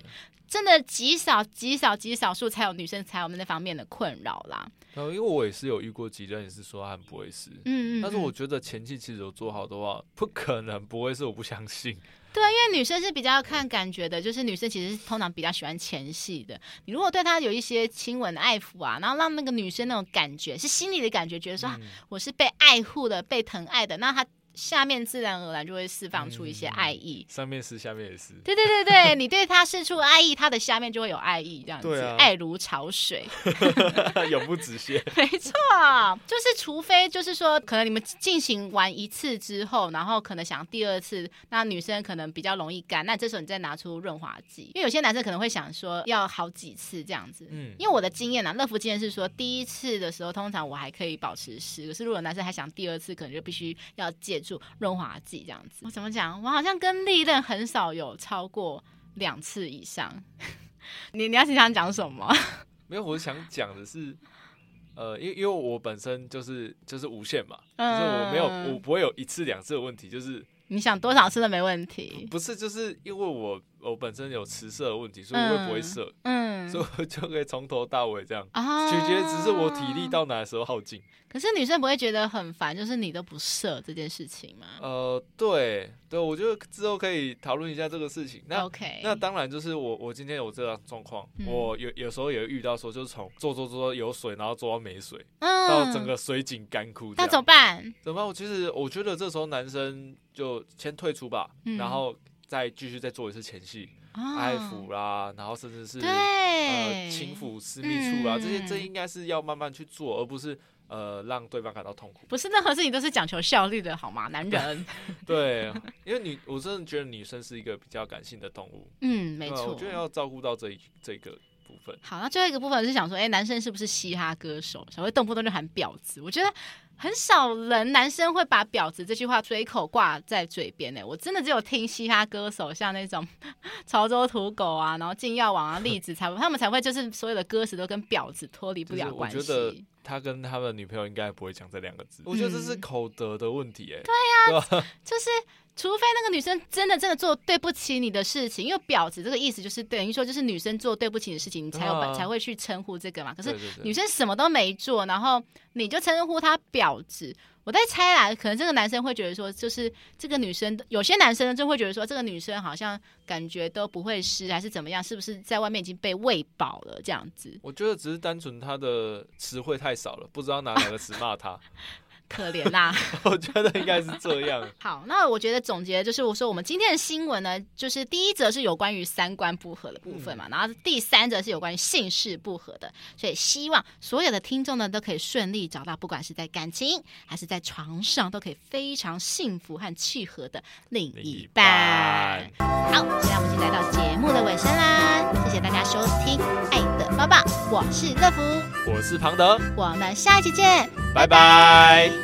Speaker 1: 真的极少极少极少数才有女生才有那方面的困扰啦。
Speaker 2: 因为我也是有遇过几任也是说他很不会试，嗯嗯，但是我觉得前期其实有做好的话，不可能不会试，我不相信。
Speaker 1: 对，因为女生是比较看感觉的，就是女生其实是通常比较喜欢前戏的。你如果对她有一些亲吻爱抚啊，然后让那个女生那种感觉是心里的感觉，觉得说、嗯啊、我是被爱护的、被疼爱的，那她下面自然而然就会释放出一些爱意，
Speaker 2: 嗯、上面是，下面也是。
Speaker 1: 对对对对，你对他释出爱意，他的下面就会有爱意，这样子，
Speaker 2: 啊、
Speaker 1: 爱如潮水，
Speaker 2: 永不止歇。
Speaker 1: 没错，就是除非就是说，可能你们进行完一次之后，然后可能想第二次，那女生可能比较容易干，那这时候你再拿出润滑剂，因为有些男生可能会想说要好几次这样子。嗯，因为我的经验啊，乐福经验是说，第一次的时候通常我还可以保持湿，可是如果男生还想第二次，可能就必须要借润滑剂这样子。我怎么讲？我好像跟历任很少有超过两次以上。你你要想讲什么？
Speaker 2: 没有，我想讲的是，呃，因为因为我本身就是就是无限嘛，嗯、就是我没有我不会有一次两次的问题，就是
Speaker 1: 你想多少次都没问题。
Speaker 2: 不是，就是因为我我本身有迟射的问题，所以我也不会射，嗯，所以我就可以从头到尾这样，啊、取决只是我体力到哪的时候耗尽。
Speaker 1: 可是女生不会觉得很烦，就是你都不射这件事情吗？
Speaker 2: 呃，对对，我觉得之后可以讨论一下这个事情。那
Speaker 1: OK，
Speaker 2: 那当然就是我我今天有这样状况，嗯、我有有时候也会遇到说，就是从做做做有水，然后做到没水，嗯、到整个水井干枯，
Speaker 1: 那怎么办？
Speaker 2: 怎么办？其实我觉得这时候男生就先退出吧，嗯、然后再继续再做一次前戏。哦、爱抚啦，然后甚至是呃轻抚私密处啦，嗯、这些这应该是要慢慢去做，而不是呃让对方感到痛苦。
Speaker 1: 不是任何事情都是讲求效率的好吗？男人。
Speaker 2: 对，因为女我真的觉得女生是一个比较感性的动物。
Speaker 1: 嗯，没错。
Speaker 2: 我觉得要照顾到这一这个部分。
Speaker 1: 好，那最后一个部分是想说，哎、欸，男生是不是嘻哈歌手，才会动不动就喊婊子？我觉得。很少人男生会把婊子这句话随口挂在嘴边呢，我真的只有听嘻哈歌手，像那种潮州土狗啊，然后金耀王啊、栗子才他们才会就是所有的歌词都跟婊子脱离不了关系。
Speaker 2: 我觉得他跟他的女朋友应该不会讲这两个字，我觉得这是口德的问题哎。
Speaker 1: 对呀、啊，对就是除非那个女生真的真的做对不起你的事情，因为婊子这个意思就是等于说就是女生做对不起你的事情，你才有、啊、才会去称呼这个嘛。可是女生什么都没做，然后你就称呼她婊子。我在猜啦，可能这个男生会觉得说，就是这个女生，有些男生就会觉得说，这个女生好像感觉都不会湿，还是怎么样？是不是在外面已经被喂饱了这样子？
Speaker 2: 我觉得只是单纯她的词汇太少了，不知道拿哪个词骂她。
Speaker 1: 可怜啦、啊，
Speaker 2: 我觉得应该是这样。
Speaker 1: 好，那我觉得总结就是我说，我们今天的新闻呢，就是第一则是有关于三观不合的部分嘛，嗯、然后第三则是有关于性事不合的，所以希望所有的听众呢都可以顺利找到，不管是在感情还是在床上，都可以非常幸福和契合的另一半。好，现在我们已经来到节目的尾声啦，谢谢大家收听《爱的抱抱》，我是乐福，
Speaker 2: 我是庞德，
Speaker 1: 我们下一期见，
Speaker 2: 拜拜。